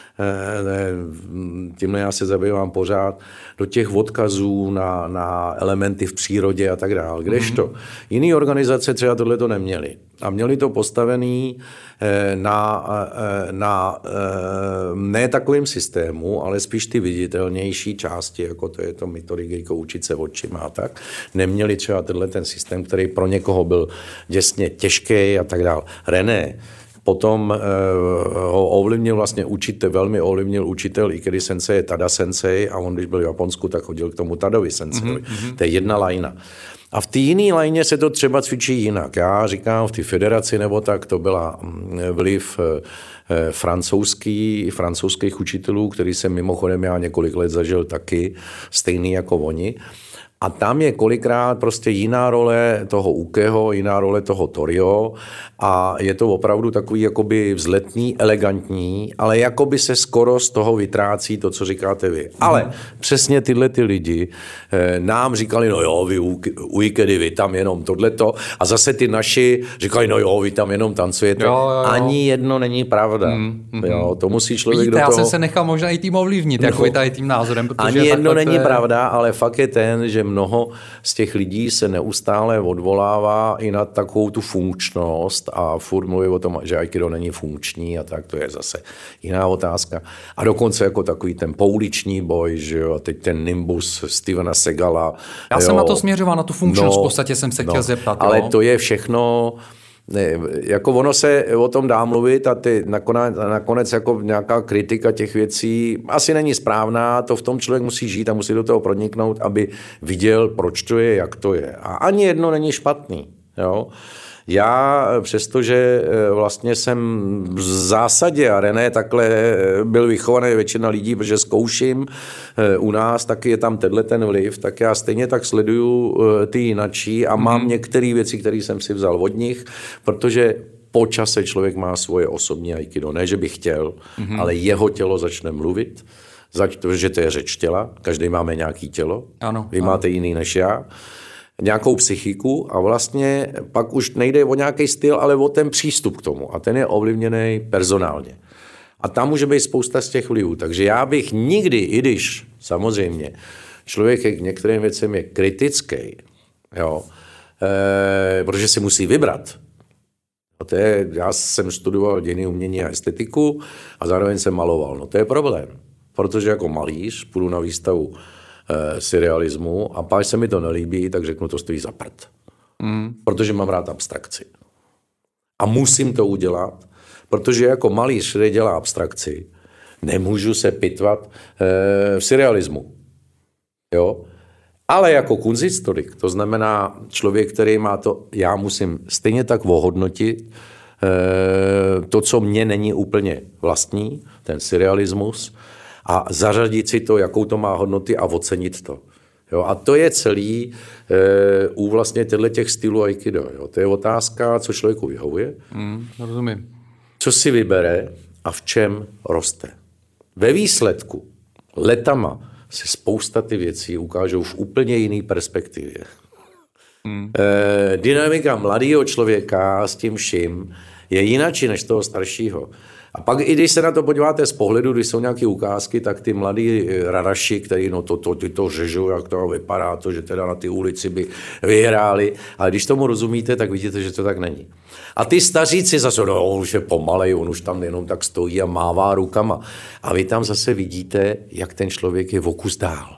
tímhle já se zabývám pořád, do těch odkazů na, na elementy v přírodě a tak dále. Kdežto mm-hmm. jiné organizace třeba tohle to neměly. A měli to postavený na, na ne takovým systému, ale spíš ty viditelnější části, jako to je to metodikou učit se očima a tak. Neměli třeba tenhle ten systém, který pro někoho byl děsně těžký a tak dále. René potom ho ovlivnil vlastně učitel, velmi ovlivnil učitel Ikeda sensei, Tada sensei, a on, když byl v Japonsku, tak chodil k tomu Tadovi senseiovi. Mm-hmm. To je jedna lajna. A v té jiné lajně se to třeba cvičí jinak. Já říkám, v té federaci nebo tak, to byla vliv francouzský, francouzských učitelů, který jsem mimochodem já několik let zažil taky, stejný jako oni. A tam je kolikrát prostě jiná role toho Ukeho, jiná role toho Torio a je to opravdu takový jakoby vzletný, elegantní, ale jakoby se skoro z toho vytrácí to, co říkáte vy. Ale hmm. přesně tyhle ty lidi eh, nám říkali, no jo, vy u, u Ikedy, vy tam jenom tohleto, a zase ty naši říkali, no jo, vy tam jenom tancujete. Jo, jo, jo. Ani jedno není pravda. Hmm, hmm. Jo, to musí člověk Vidíte, do toho... já jsem se nechal možná i tím ovlivnit, no, jako i tady tím názorem. Ani jedno není je... pravda, ale fakt je ten, že mnoho z těch lidí se neustále odvolává i na takovou tu funkčnost a furt mluví o tom, že aikido není funkční a tak, to je zase jiná otázka. A dokonce jako takový ten pouliční boj, že jo, a teď ten nimbus Stevena Segala. Já jo, jsem na to směřoval, na tu funkčnost, no, v podstatě jsem se no, chtěl zeptat. Ale jo. to je všechno... Ne, jako ono se o tom dá mluvit a ty nakonec, nakonec jako nějaká kritika těch věcí asi není správná, to v tom člověk musí žít a musí do toho proniknout, aby viděl, proč to je, jak to je. A ani jedno není špatný. Jo? Já přestože vlastně jsem v zásadě, a René takhle byl vychovaný většina lidí, protože zkouším u nás, taky je tam tenhle ten vliv, tak já stejně tak sleduju ty jinačí a mám mm. některé věci, které jsem si vzal od nich, protože po čase člověk má svoje osobní aikido. Ne, že by chtěl, mm. ale jeho tělo začne mluvit, protože to je řeč těla, každý máme nějaký tělo, ano, vy ano. máte jiný než já, nějakou psychiku a vlastně pak už nejde o nějaký styl, ale o ten přístup k tomu a ten je ovlivněný personálně. A tam může být spousta z těch vlivů. Takže já bych nikdy, i když samozřejmě člověk k některým věcem je kritický, jo, e, protože si musí vybrat. A to je, já jsem studoval dějiny umění a estetiku a zároveň jsem maloval. No to je problém, protože jako malíř půjdu na výstavu e, surrealismu a pak se mi to nelíbí, tak řeknu, to stojí za prd. Mm. Protože mám rád abstrakci. A musím to udělat, protože jako malíř, který dělá abstrakci, nemůžu se pitvat e, v surrealismu. Jo? Ale jako kunsthistorik, to znamená člověk, který má to, já musím stejně tak ohodnotit e, to, co mně není úplně vlastní, ten surrealismus, a zařadit si to, jakou to má hodnoty a ocenit to. Jo? A to je celý e, u vlastně těch stylů aikido. Jo? To je otázka, co člověku vyhovuje. Mm, rozumím. Co si vybere a v čem roste. Ve výsledku letama se spousta ty věcí ukážou v úplně jiný perspektivě. Hmm. E, dynamika mladého člověka s tím vším je jinačí než toho staršího. A pak i když se na to podíváte z pohledu, když jsou nějaké ukázky, tak ty mladí raraši, který no to, to, ty to řežou, jak to vypadá, to, že teda na ty ulici by vyhráli. Ale když tomu rozumíte, tak vidíte, že to tak není. A ty staříci zase, no on už je pomalej, on už tam jenom tak stojí a mává rukama. A vy tam zase vidíte, jak ten člověk je o kus dál.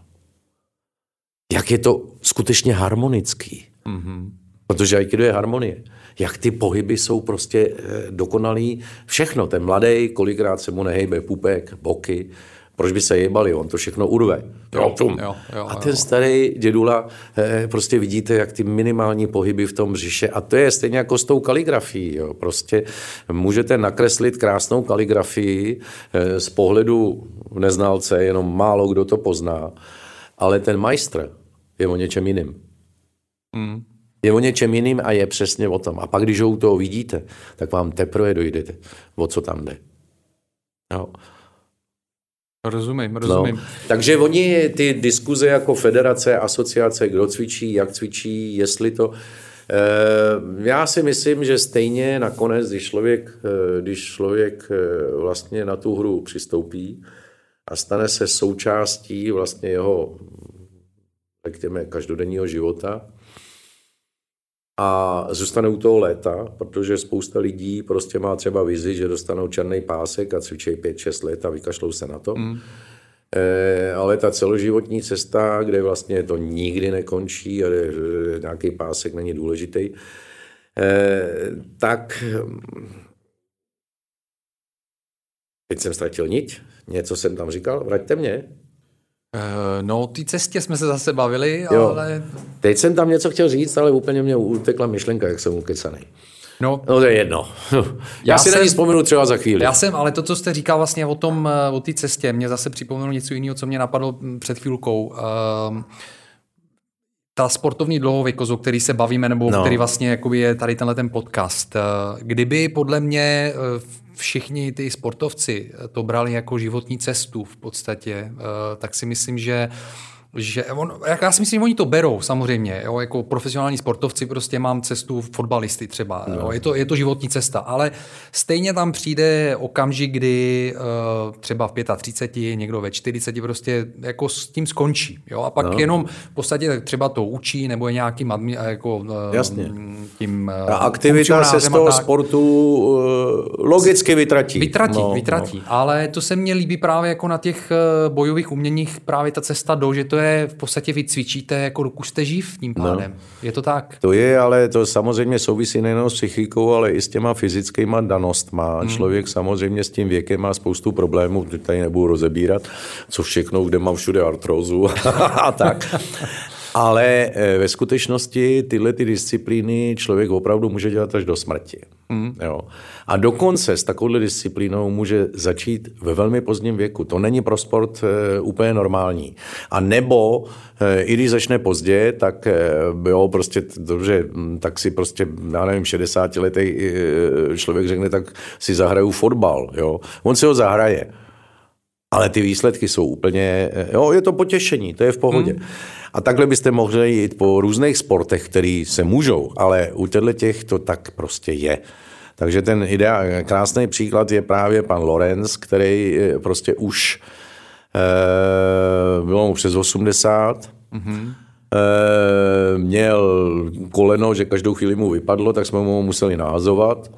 Jak je to skutečně harmonický. Mm-hmm. Protože aikido je harmonie. Jak ty pohyby jsou prostě dokonalý. Všechno. Ten mladý, kolikrát se mu nehejbe pupek, boky. Proč by se jebali? On to všechno urve. Jo, jo, jo, a ten starý dědula, prostě vidíte, jak ty minimální pohyby v tom břiše. A to je stejně jako s tou kaligrafií. Jo. Prostě můžete nakreslit krásnou kaligrafii z pohledu neznalce, jenom málo kdo to pozná. Ale ten majstr je o něčem jiným. Mm. Je o něčem jiným a je přesně o tom. A pak, když ho u toho vidíte, tak vám teprve dojdete, o co tam jde. Jo. Rozumím, rozumím. No. Takže oni ty diskuze jako federace, asociace, kdo cvičí, jak cvičí, jestli to... Já si myslím, že stejně nakonec, když člověk, když člověk vlastně na tu hru přistoupí a stane se součástí vlastně jeho, řekněme, každodenního života a zůstane u toho léta, protože spousta lidí prostě má třeba vizi, že dostanou černý pásek a cvičí pět šest let a vykašlou se na to. Mm. Ale ta celoživotní cesta, kde vlastně to nikdy nekončí a nějaký pásek není důležitý, tak teď jsem ztratil niť, něco jsem tam říkal, vraťte mě. No, o té cestě jsme se zase bavili, jo. ale... Teď jsem tam něco chtěl říct, ale úplně mě utekla myšlenka, jak jsem ukecanej. No, no to je jedno. Já, já si jsem, na ní vzpomenu třeba za chvíli. Já jsem, ale to, co jste říkal vlastně o tom, o té cestě, mě zase připomnělo něco jiného, co mě napadlo před chvílkou. Um, ta sportovní dlouhověkost, o který se bavíme, nebo no. který vlastně jakoby je tady tenhle ten podcast. Kdyby podle mě všichni ty sportovci to brali jako životní cestu v podstatě, tak si myslím, že že on, já si myslím, že oni to berou samozřejmě, jo, jako profesionální sportovci prostě mám cestu fotbalisty třeba, no. jo, je, to, je to životní cesta, ale stejně tam přijde okamžik, kdy uh, třeba v třiceti pěti, někdo ve čtyřiceti prostě jako s tím skončí, jo, a pak no. jenom v podstatě třeba to učí, nebo je nějakým admi, jako uh, Jasně. tím uh, a aktivita se z toho sportu uh, logicky vytratí. Vytratí, no, vytratí, no. ale to se mně líbí právě jako na těch uh, bojových uměních právě ta cesta do, že to je v podstatě vy cvičíte, jako dokud jste živ tím pádem. No. Je to tak? To je, ale to samozřejmě souvisí nejen s psychikou, ale i s těma fyzickýma danostma. Hmm. Člověk samozřejmě s tím věkem má spoustu problémů, teď tady nebudu rozebírat, co všechno, kde mám všude artrózu a tak. Ale ve skutečnosti tyhle ty disciplíny člověk opravdu může dělat až do smrti. Mm. Jo. A dokonce s takovouhle disciplínou může začít ve velmi pozdním věku. To není pro sport e, úplně normální. A nebo, e, i když začne pozdě, tak e, jo, prostě dobře, tak si prostě, já nevím, šedesátiletý e, člověk řekne, tak si zahraju fotbal. Jo. On si ho zahraje. Ale ty výsledky jsou úplně, jo, je to potěšení, to je v pohodě. Hmm. A takhle byste mohli jít po různých sportech, který se můžou, ale u těchto těch to tak prostě je. Takže ten ideál, krásný příklad je právě pan Lorenz, který prostě už eh, bylo mu přes osmdesát, hmm. eh, měl koleno, že každou chvíli mu vypadlo, tak jsme mu museli nahazovat.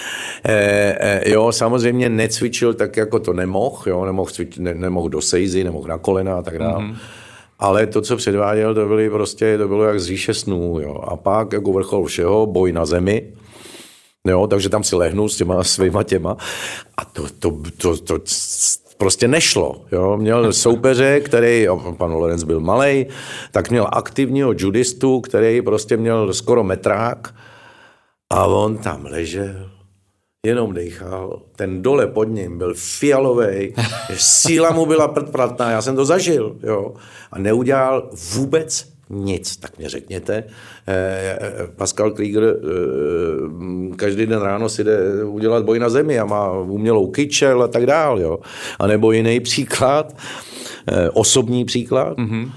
Eh, eh, jo, samozřejmě necvičil tak, jako to nemohl, jo, nemohl, cvič, ne, nemohl do sejzy, nemohl na kolena a tak dále. Mm-hmm. Ale to, co předváděl, to, byly prostě, to bylo jak z říše snů, jo. A pak jako vrchol všeho, boj na zemi, jo, takže tam si lehnul s těma svýma těma a to, to, to, to, to prostě nešlo, jo. Měl soupeře, který, pan Lorenz byl malej, tak měl aktivního judistu, který prostě měl skoro metrák a on tam ležel, jenom dejchal, ten dole pod ním byl fialovej, síla mu byla prdpratná, já jsem to zažil, jo, a neudělal vůbec nic, tak mě řekněte, eh, Pascal Krieger eh, každý den ráno si jde udělat boj na zemi a má umělou kyčel a tak dál, jo, a nebo jiný příklad, eh, osobní příklad, mm-hmm.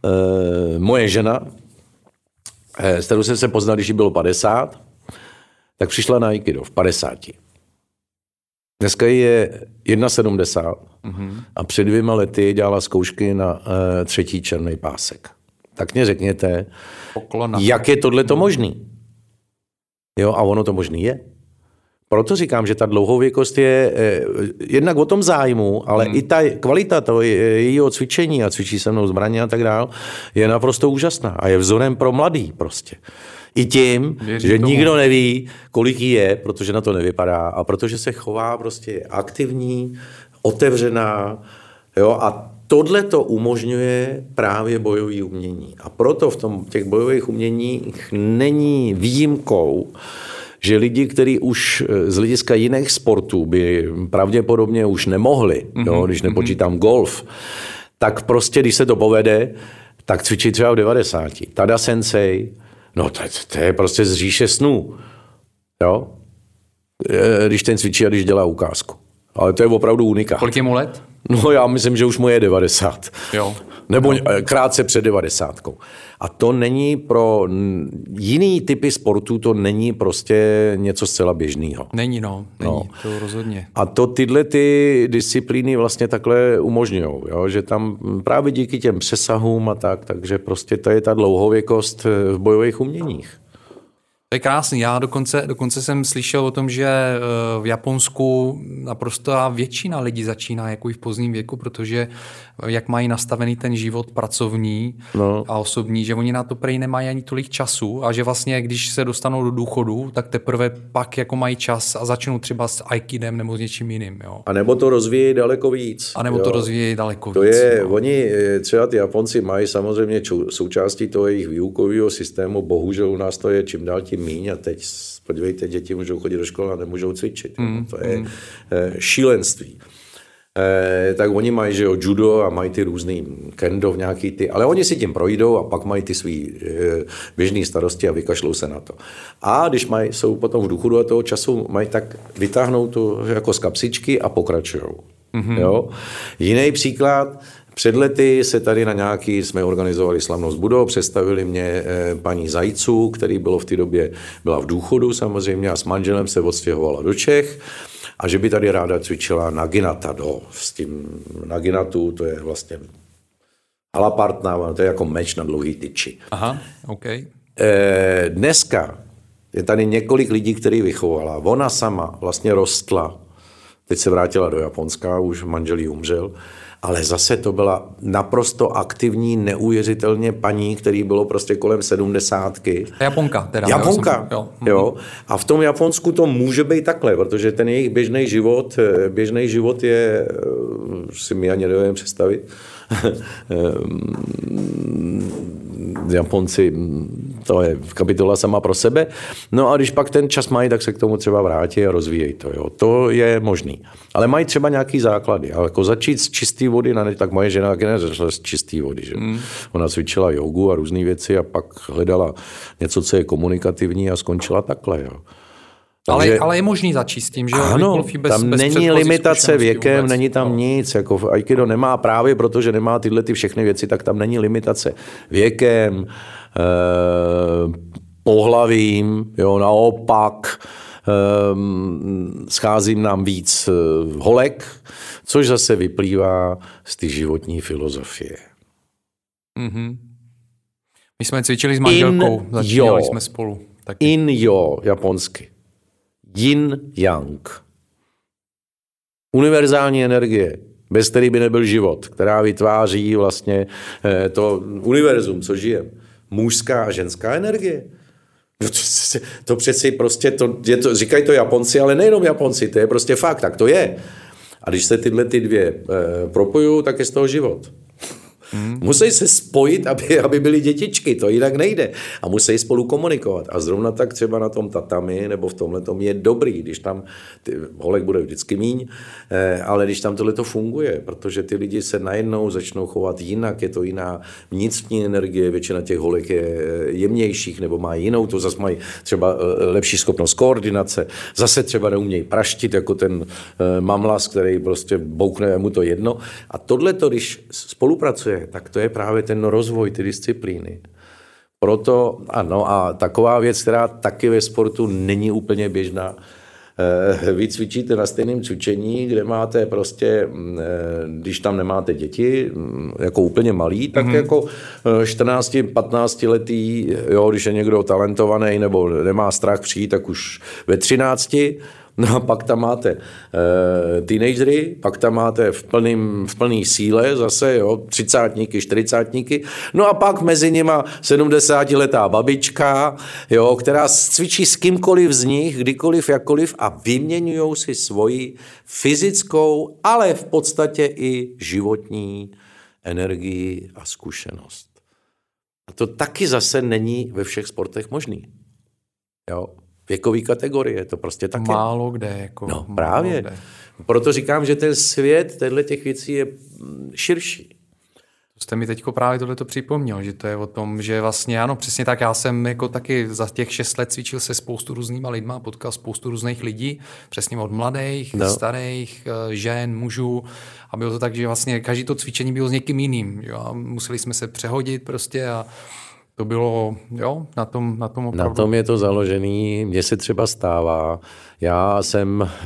eh, moje žena, eh, s kterou jsem se poznal, když jí bylo padesát, tak přišla na aikido v padesáti. Dneska je sedmdesát jedna mm-hmm. a před dvěma lety dělala zkoušky na uh, třetí černý pásek. Tak mě řekněte, Poklona. Jak je tohleto možný? Jo, a ono to možný je. Proto říkám, že ta dlouhověkost je eh, jednak o tom zájmu, ale mm. i ta kvalita toho jejího cvičení a cvičí se mnou zbraně a tak dál, je naprosto úžasná a je vzorem pro mladý prostě. I tím, Věří že tomu. Nikdo neví, kolik jí je, protože na to nevypadá a protože se chová prostě aktivní, otevřená, jo, a tohle to umožňuje právě bojové umění. A proto v tom, těch bojových uměních není výjimkou, že lidi, kteří už z hlediska jiných sportů by pravděpodobně už nemohli, mm-hmm. jo, když nepočítám mm-hmm. golf, tak prostě, když se to povede, tak cvičí třeba v devadesáti. Tada sensei, no to, to je prostě z říše snů, jo, když ten cvičí a když dělá ukázku. Ale to je opravdu unikát. Kolik je mu let? No já myslím, že už mu je devadesát. Jo. Nebo jo. krátce před devadesátkou. A to není pro jiný typy sportů, to není prostě něco zcela běžného. Není, no. Není, no. To rozhodně. A to tyhle ty disciplíny vlastně takhle umožňují, že tam právě díky těm přesahům a tak, takže prostě to je ta dlouhověkost v bojových uměních. To je krásný. Já dokonce, dokonce jsem slyšel o tom, že v Japonsku naprosto většina lidí začíná jako i v pozdním věku, protože jak mají nastavený ten život pracovní no. a osobní, že oni na to prej nemají ani tolik času a že vlastně, když se dostanou do důchodu, tak teprve pak jako mají čas a začnou třeba s aikidem nebo s něčím jiným. Jo. A nebo to rozvíjí daleko víc. A nebo jo. to rozvíjí daleko to víc. Je, no. Oni, třeba ty Japonci mají samozřejmě součástí toho jejich výukového systému, bohužel u nás to je čím dál tím míň a teď podívejte, děti můžou chodit do školy a nemůžou cvičit. Mm, to je mm. šílenství. Eh, tak oni mají, že jo, judo a mají ty různý kendo, nějaký ty, ale oni si tím projdou a pak mají ty svý eh, běžný starosti a vykašlou se na to. A když mají, jsou potom v důchodu a toho času mají, tak vytáhnou to jako z kapsičky a pokračujou. Mm-hmm. Jo? Jiný příklad, před lety se tady na nějaký, jsme organizovali slavnost Budo, představili mě eh, paní Zajců, který bylo v té době, byla v důchodu samozřejmě a s manželem se odstěhovala do Čech. A že by tady ráda cvičila naginata do, s tím naginatu, to je vlastně halapartna, to je jako meč na dlouhý tyči. Aha, OK. E, dneska je tady několik lidí, který vychovala. Ona sama vlastně rostla, teď se vrátila do Japonska, už manžel jí umřel, ale zase to byla naprosto aktivní, neuvěřitelně paní, který bylo prostě kolem sedmdesátky. Japonka teda. Japonka, jo, jsem, jo. jo. A v tom Japonsku to může být takhle, protože ten jejich běžný život, běžný život je, si mi ani nevím představit, Japonci, to je kapitola sama pro sebe. No a když pak ten čas mají, tak se k tomu třeba vrátí a rozvíjejí to. Jo. To je možný. Ale mají třeba nějaký základy. Ale jako začít z čisté vody, tak moje žena taky nezačala z čisté vody. Že? Mm. Ona cvičila jogu a různé věci a pak hledala něco, co je komunikativní a skončila takhle. Jo. Takže, ale, ale je možný začít s tím, že ano, bez, tam bez není limitace věkem, vůbec. Není tam no. nic. Jako v Aikido nemá právě, protože nemá tyhle ty všechny věci, tak tam není limitace věkem, eh, pohlavím, jo, naopak eh, scházím nám víc holek, což zase vyplývá z té životní filozofie. Mm-hmm. My jsme cvičili s manželkou, In začínali jo. jsme spolu. Taky. In jo, japonsky. Yin yang. Univerzální energie, bez které by nebyl život, která vytváří vlastně to univerzum, co žijeme. Mužská a ženská energie. No to, to přeci prostě, to, je to, říkají to Japonci, ale nejenom Japonci, to je prostě fakt, tak to je. A když se tyhle ty dvě eh, propojují, tak je z toho život. Hmm. Musí se spojit, aby, aby byly dětičky, to jinak nejde. A musí spolu komunikovat. A zrovna tak třeba na tom tatami nebo v tomhletom je dobrý, když tam, ty, holek bude vždycky míň, eh, ale když tam tohleto funguje, protože ty lidi se najednou začnou chovat jinak, je to jiná vnitřní energie, většina těch holek je jemnějších nebo má jinou, to zase mají třeba lepší schopnost koordinace, zase třeba neumějí praštit, jako ten eh, mamlas, který prostě boukne mu to jedno. A tohleto, když spolupracuje, tak to je právě ten rozvoj, ty disciplíny. Proto, ano, a taková věc, která taky ve sportu není úplně běžná. Vy cvičíte na stejném cvičení, kde máte prostě, když tam nemáte děti, jako úplně malý, tak mm-hmm. jako čtrnáct patnáct letý, jo, když je někdo talentovaný nebo nemá strach přijít, tak už ve třinácti. No a pak tam máte e, teenagery, pak tam máte v plným, v plný síle zase, jo, třicátníky, čtyřicátníky, no a pak mezi nima sedmdesátiletá babička, jo, která cvičí s kýmkoliv z nich, kdykoliv, jakkoliv a vyměňují si svoji fyzickou, ale v podstatě i životní energii a zkušenost. A to taky zase není ve všech sportech možný. Jo. Věkový kategorie, to prostě taky. Málo kde. Jako, no málo právě. Kde. Proto říkám, že ten svět těchto těch věcí je širší. Jste mi teďko právě tohleto připomněl, že to je o tom, že vlastně ano, přesně tak, já jsem jako taky za těch šest let cvičil se spoustu různýma lidma, potkal spoustu různých lidí, přesně od mladých, no. starých, žen, mužů a bylo to tak, že vlastně každý to cvičení bylo s někým jiným, jo? A museli jsme se přehodit prostě a to bylo, jo, na tom, na tom opravdu. Na tom je to založený, mně se třeba stává, já jsem e,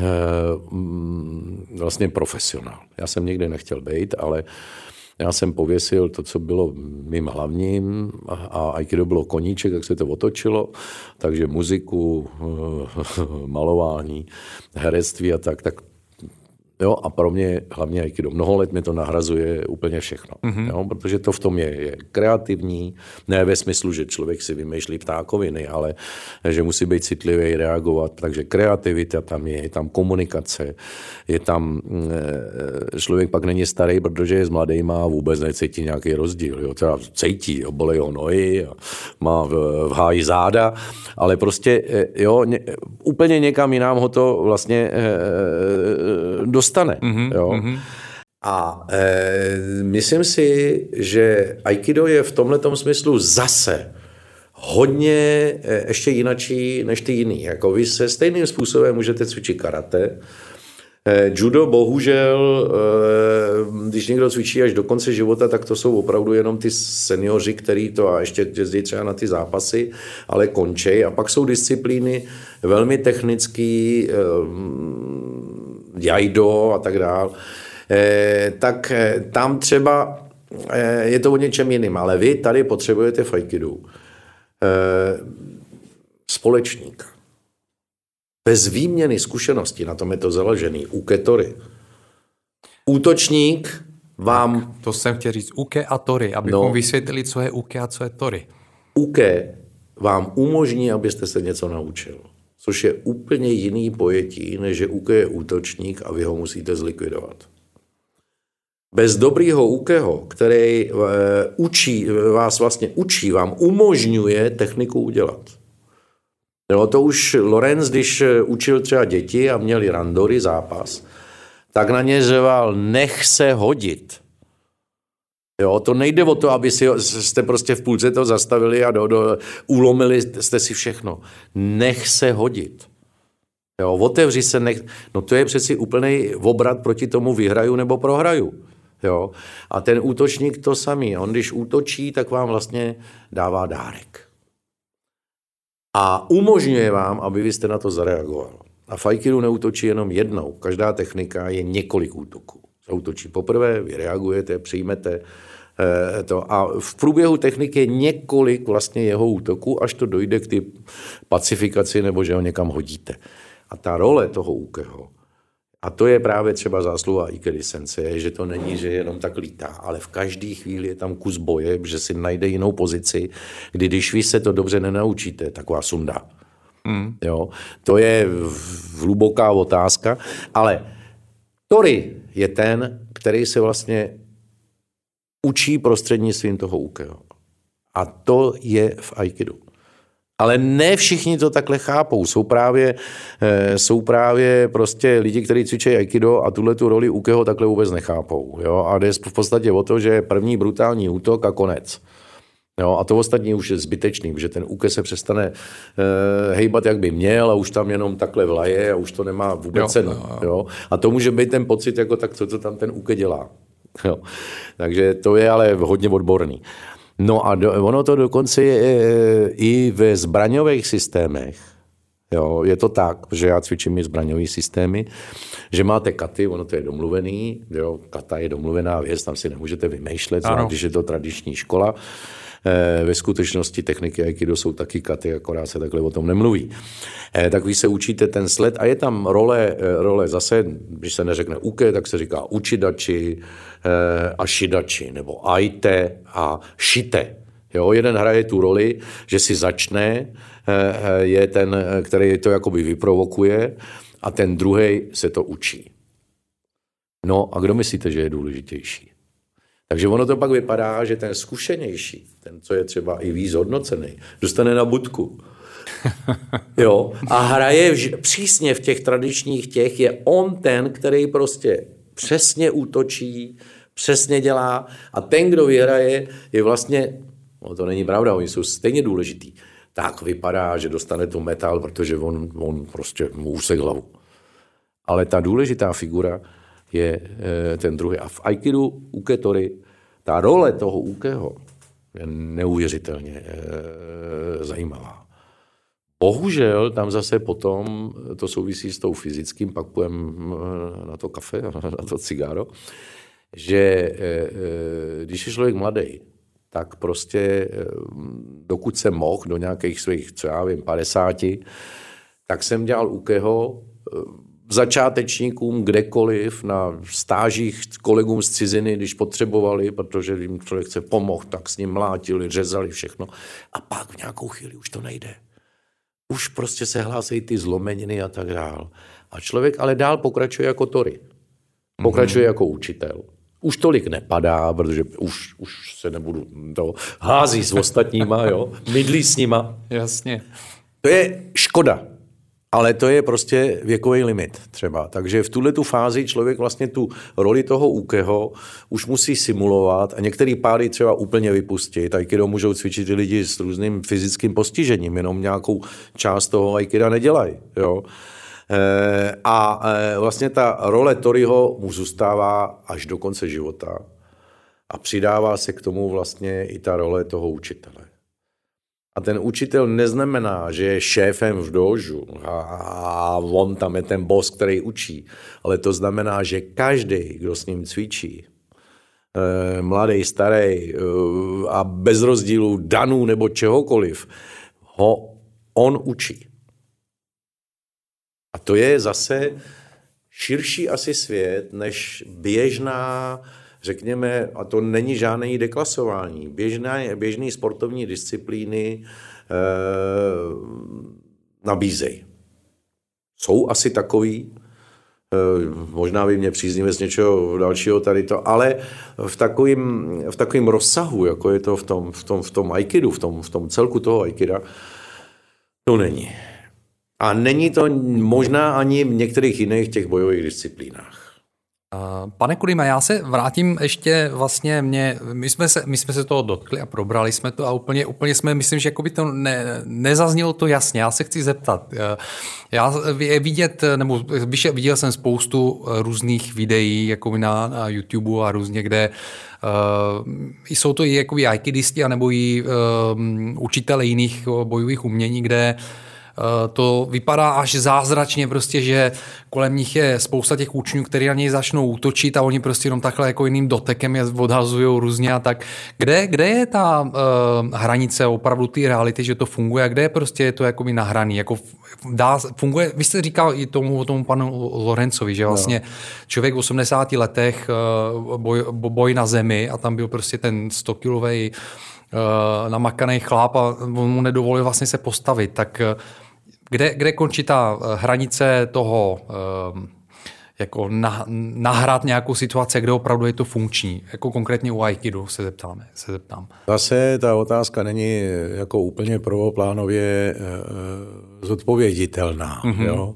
vlastně profesionál, já jsem nikdy nechtěl být, ale já jsem pověsil to, co bylo mým hlavním a aikido bylo koníček, jak se to otočilo, takže muziku, malování, herectví a tak, tak jo, a pro mě hlavně aikido. Mnoho let mi to nahrazuje úplně všechno, mm-hmm. jo, protože to v tom je, je kreativní, ne ve smyslu, že člověk si vymýšlí ptákoviny, ale že musí být citlivý, reagovat, takže kreativita tam je, je tam komunikace, je tam, člověk pak není starý, protože je s mladejma a vůbec necítí nějaký rozdíl, jo, teda cítí, jo, bolej ho nohy, má v, v háji záda, ale prostě, jo, ně, úplně někam jinam ho to vlastně dostane. Mm-hmm, jo. Mm-hmm. A e, myslím si, že aikido je v tomhletom smyslu zase hodně e, ještě jinačí než ty jiný. Jako vy se stejným způsobem můžete cvičit karate. E, judo bohužel, e, když někdo cvičí až do konce života, tak to jsou opravdu jenom ty seniori, který to a ještě jezdí třeba na ty zápasy, ale končej. A pak jsou disciplíny velmi technický, e, jaido a tak dál, eh, tak eh, tam třeba eh, je to o něčem jiným, ale vy tady potřebujete v aikidu eh, společníka. Bez výměny zkušeností, na tom je to založený, uke tori. Útočník vám... Tak, to jsem chtěl říct, uke a tori, abychom no, vysvětlili, co je uke a co je tori. Uke vám umožní, abyste se něco naučil. Což je úplně jiný pojetí, než že uke je útočník a vy ho musíte zlikvidovat. Bez dobrýho ukeho, který e, učí, vás vlastně učí, vám umožňuje techniku udělat. Jo, to už Lorenz, když učil třeba děti a měli randory, zápas, tak na ně řeval, nech se hodit. Jo, to nejde o to, aby si, jste prostě v půlce to zastavili a do, do, ulomili jste si všechno. Nech se hodit. Jo, otevři se, nech... No to je přeci úplný obrat proti tomu vyhraju nebo prohraju. Jo, a ten útočník to samý. On když útočí, tak vám vlastně dává dárek. A umožňuje vám, aby vy jste na to zareagoval. A v aikidu neútočí jenom jednou. Každá technika je několik útoků. Zautočí poprvé, vy reagujete, přijmete eh, to. A v průběhu techniky je několik vlastně jeho útoků, až to dojde k ty pacifikaci nebo že ho někam hodíte. A ta role toho ukeho, a to je právě třeba zásluha Ikedy Sensei, že to není, že jenom tak lítá, ale v každé chvíli je tam kus boje, že si najde jinou pozici, kdy když vy se to dobře nenaučíte, tak vás sundá. Mm. Jo? To je hluboká otázka, ale tori je ten, který se vlastně učí prostřednictvím toho ukeho. A to je v aikidu. Ale ne všichni to takhle chápou. Jsou právě, jsou právě prostě lidi, kteří cvičí aikido a tuhle tu roli ukeho takhle vůbec nechápou. Jo? A jde v podstatě o to, že je první brutální útok a konec. Jo, a to ostatní už je zbytečný, že ten uke se přestane uh, hejbat, jak by měl a už tam jenom takhle vlaje a už to nemá vůbec jo, cenu. Jo. Jo. A to může být ten pocit, jako tak, co to tam ten uke dělá. Jo. Takže to je ale hodně odborný. No a do, ono to dokonce je e, i ve zbraňových systémech. Jo, je to tak, že já cvičím i zbraňové systémy, že máte katy, ono to je domluvený, jo, kata je domluvená věc, tam si nemůžete vymýšlet, zvlášť, když je to tradiční škola. E, ve skutečnosti techniky aikido jsou taky katy, akorát se takhle o tom nemluví. E, tak vy se učíte ten sled a je tam role, role zase, když se neřekne uke, tak se říká uchidachi e, a shidachi, nebo aite a shite. Jo, jeden hraje tu roli, že si začne, je ten, který to jakoby vyprovokuje a ten druhej se to učí. No a kdo myslíte, že je důležitější? Takže ono to pak vypadá, že ten zkušenější, ten, co je třeba i víc hodnocený, dostane na budku. Jo, a hraje vž- přísně v těch tradičních těch, je on ten, který prostě přesně útočí, Přesně dělá a ten, kdo vyhraje, je vlastně, no to není pravda, oni jsou stejně důležitý, tak vypadá, že dostane tu metal, protože on, on prostě mu úsek hlavu. Ale ta důležitá figura je e, ten druhý. A v aikidu uke tori, ta role toho ukeho je neuvěřitelně e, zajímavá. Bohužel tam zase potom, to souvisí s tou fyzickým, pak půjdem na to kafe, na to cigáro, že e, e, když je člověk mladý, tak prostě e, dokud jsem mohl do nějakých svých, co já vím, padesáti, tak jsem dělal ukeho začátečníkům kdekoliv, na stážích kolegům z ciziny, když potřebovali, protože jim člověk se pomohl, tak s ním mlátili, řezali všechno. A pak v nějakou chvíli už to nejde. Už prostě se hlásejí ty zlomeniny a tak dál. A člověk ale dál pokračuje jako tori. Pokračuje mm-hmm. jako učitel. Už tolik nepadá, protože už, už se nebudu to hází s ostatníma, jo, mydlí s nima. Jasně. To je škoda. Ale to je prostě věkový limit třeba. Takže v tuhletu fázi člověk vlastně tu roli toho ukeho už musí simulovat a některé páry třeba úplně vypustit. Aikido můžou cvičit i lidi s různým fyzickým postižením, jenom nějakou část toho aikida nedělají. Jo? E, a e, vlastně ta role toriho mu zůstává až do konce života a přidává se k tomu vlastně i ta role toho učitele. A ten učitel neznamená, že je šéfem v dožu a on tam je ten boss, který učí, ale to znamená, že každý, kdo s ním cvičí, mladý, starý a bez rozdílu danů nebo čehokoliv, ho on učí. A to je zase širší asi svět, než běžná, řekněme, a to není žádné deklasování, běžné, běžné sportovní disciplíny e, nabízejí. Jsou asi takový, e, možná by mě příznivě z něčeho dalšího tady to, ale v takovým, v takovým rozsahu, jako je to v tom, v tom, v tom aikidu, v tom, v tom celku toho aikida, to není. A není to možná ani v některých jiných těch bojových disciplínách. Pane Kudima, já se vrátím ještě vlastně mě, my jsme se, my jsme se toho dotkli a probrali jsme to a úplně, úplně jsme, myslím, že jakoby to ne, nezaznělo to jasně. Já se chci zeptat. Já je vidět, nebo viděl jsem spoustu různých videí jako na, na YouTube a různě, kde uh, jsou to i jakoby aikidisti anebo i uh, učitele jiných bojových umění, kde to vypadá až zázračně prostě, že kolem nich je spousta těch učňů, kteří na něj začnou útočit a oni prostě jenom takhle jako jiným dotekem je odhazujou různě a tak. Kde, kde je ta uh, hranice opravdu té reality, že to funguje a kde je prostě je to jakoby nahraný? Jako dá, funguje, vy jste říkal i tomu, tomu panu Lorencovi, že vlastně no. Člověk v osmdesáti letech uh, boj, boj na zemi a tam byl prostě ten sto kilovej uh, namakaný chlap a on mu nedovolil vlastně se postavit, tak uh, Kde, kde končí ta hranice toho, jako nahrát nějakou situaci, kde opravdu je to funkční? Jako konkrétně u aikidu se zeptáme, se zeptám. Zase ta otázka není jako úplně prvoplánově zodpověditelná. Mm-hmm. Jo?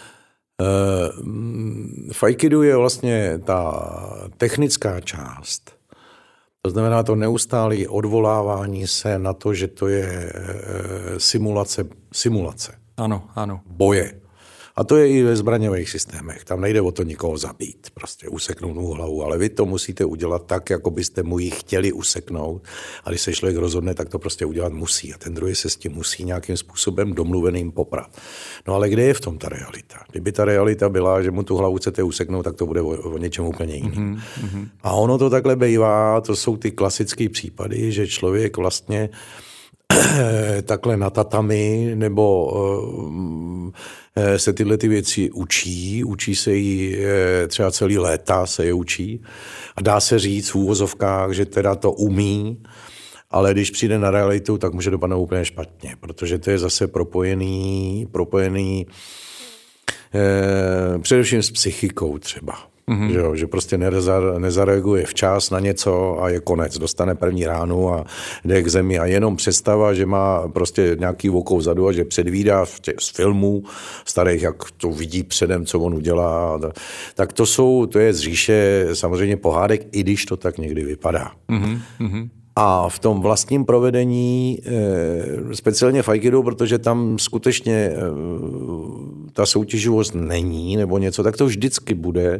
V aikidu je vlastně ta technická část. To znamená to neustálé odvolávání se na to, že to je simulace, simulace. Ano, ano. Boje. A to je i ve zbraňových systémech. Tam nejde o to nikoho zabít, prostě useknout mu hlavu, ale vy to musíte udělat tak, jako byste mu ji chtěli useknout. A když se člověk rozhodne, tak to prostě udělat musí. A ten druhý se s tím musí nějakým způsobem domluveným poprat. No ale kde je v tom ta realita? Kdyby ta realita byla, že mu tu hlavu chcete useknout, tak to bude o, o něčem úplně jiným. Mm-hmm. A ono to takhle bývá, to jsou ty klasické případy, že člověk vlastně takhle na tatami, nebo uh, se tyhle ty věci učí, učí se jí třeba celý léta se je učí a dá se říct v úvozovkách, že teda to umí, ale když přijde na realitu, tak může dopadnout úplně špatně, protože to je zase propojený, propojený eh, především s psychikou třeba. Mm-hmm. Že, jo, že prostě neza, nezareaguje včas na něco a je konec. Dostane první ránu a jde k zemi a jenom představa, že má prostě nějaký vokou vzadu a že předvídá z filmů starých, jak to vidí předem, co on udělá. Tak to jsou, to je z říše samozřejmě pohádek, i když to tak někdy vypadá. Mm-hmm. A v tom vlastním provedení, speciálně v aikidu, protože tam skutečně ta soutěživost není nebo něco, tak to vždycky bude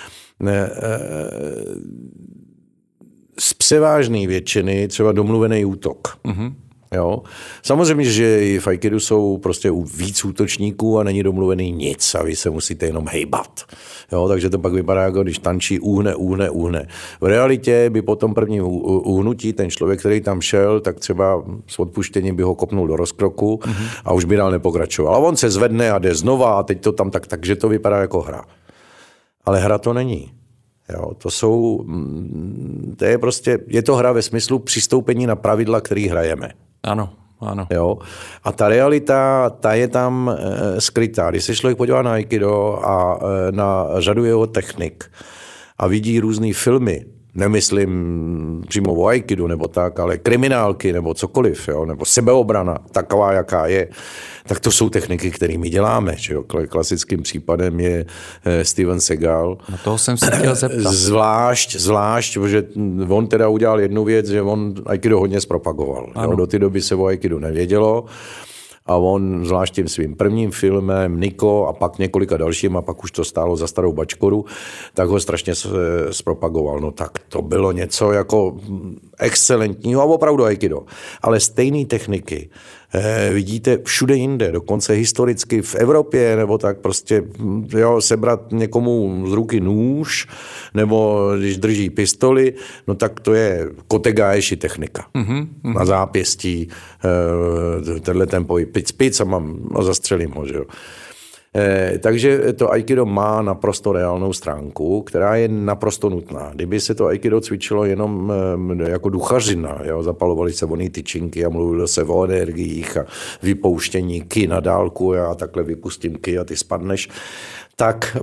z převážné většiny třeba domluvený útok. Mm-hmm. Jo? Samozřejmě, že i v aikidu jsou prostě víc útočníků a není domluvený nic a vy se musíte jenom hejbat. Jo? Takže to pak vypadá, jako když tančí uhne, uhne, uhne. V realitě by po tom prvním uhnutí ten člověk, který tam šel, tak třeba s odpuštěním by ho kopnul do rozkroku mm-hmm. a už by dál nepokračoval. A on se zvedne a jde znova a teď to tam tak, takže to vypadá jako hra. Ale hra to není. Jo, to jsou, to je prostě, je to hra ve smyslu přistoupení na pravidla, který hrajeme. Ano, ano. Jo, a ta realita, ta je tam e, skrytá. Když se člověk podívá na aikido a e, na řadu jeho technik a vidí různý filmy, nemyslím přímo o aikidu nebo tak, ale kriminálky nebo cokoliv, jo, nebo sebeobrana, taková, jaká je, tak to jsou techniky, které my děláme. Že jo. Klasickým případem je Steven Seagal. Na toho jsem se chtěl zeptat. Zvlášť, zvlášť, protože on teda udělal jednu věc, že on aikido hodně zpropagoval. Jo. Do té doby se o aikidu nevědělo. A on zvlášť tím svým prvním filmem Niko a pak několika dalším a pak už to stálo za starou bačkoru, tak ho strašně zpropagoval. No tak to bylo něco jako excelentního a opravdu aikido. Ale stejné techniky eh, vidíte všude jinde, dokonce historicky v Evropě, nebo tak prostě jo, sebrat někomu z ruky nůž, nebo když drží pistoli, no tak to je kotegaeši technika. Mm-hmm. Na zápěstí eh, tenhle ten pohyb, pic, pic a mám, a zastřelím ho, že jo. Eh, takže to aikido má naprosto reálnou stránku, která je naprosto nutná. Kdyby se to aikido cvičilo jenom eh, jako duchařina, jo, zapalovaly se ony tyčinky a mluvilo se o energiích a vypouštění ki na dálku, já takhle vypustím ki a ty spadneš, tak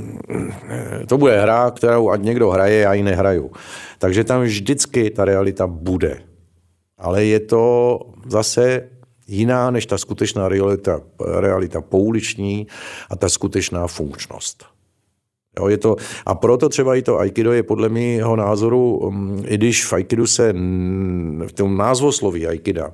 to bude hra, kterou ať někdo hraje, já ji nehraju. Takže tam vždycky ta realita bude. Ale je to zase jiná než ta skutečná realita, realita pouliční a ta skutečná funkčnost. Jo, je to, a proto třeba i to aikido je podle mého názoru, i když v aikidu se v tom názvosloví aikida,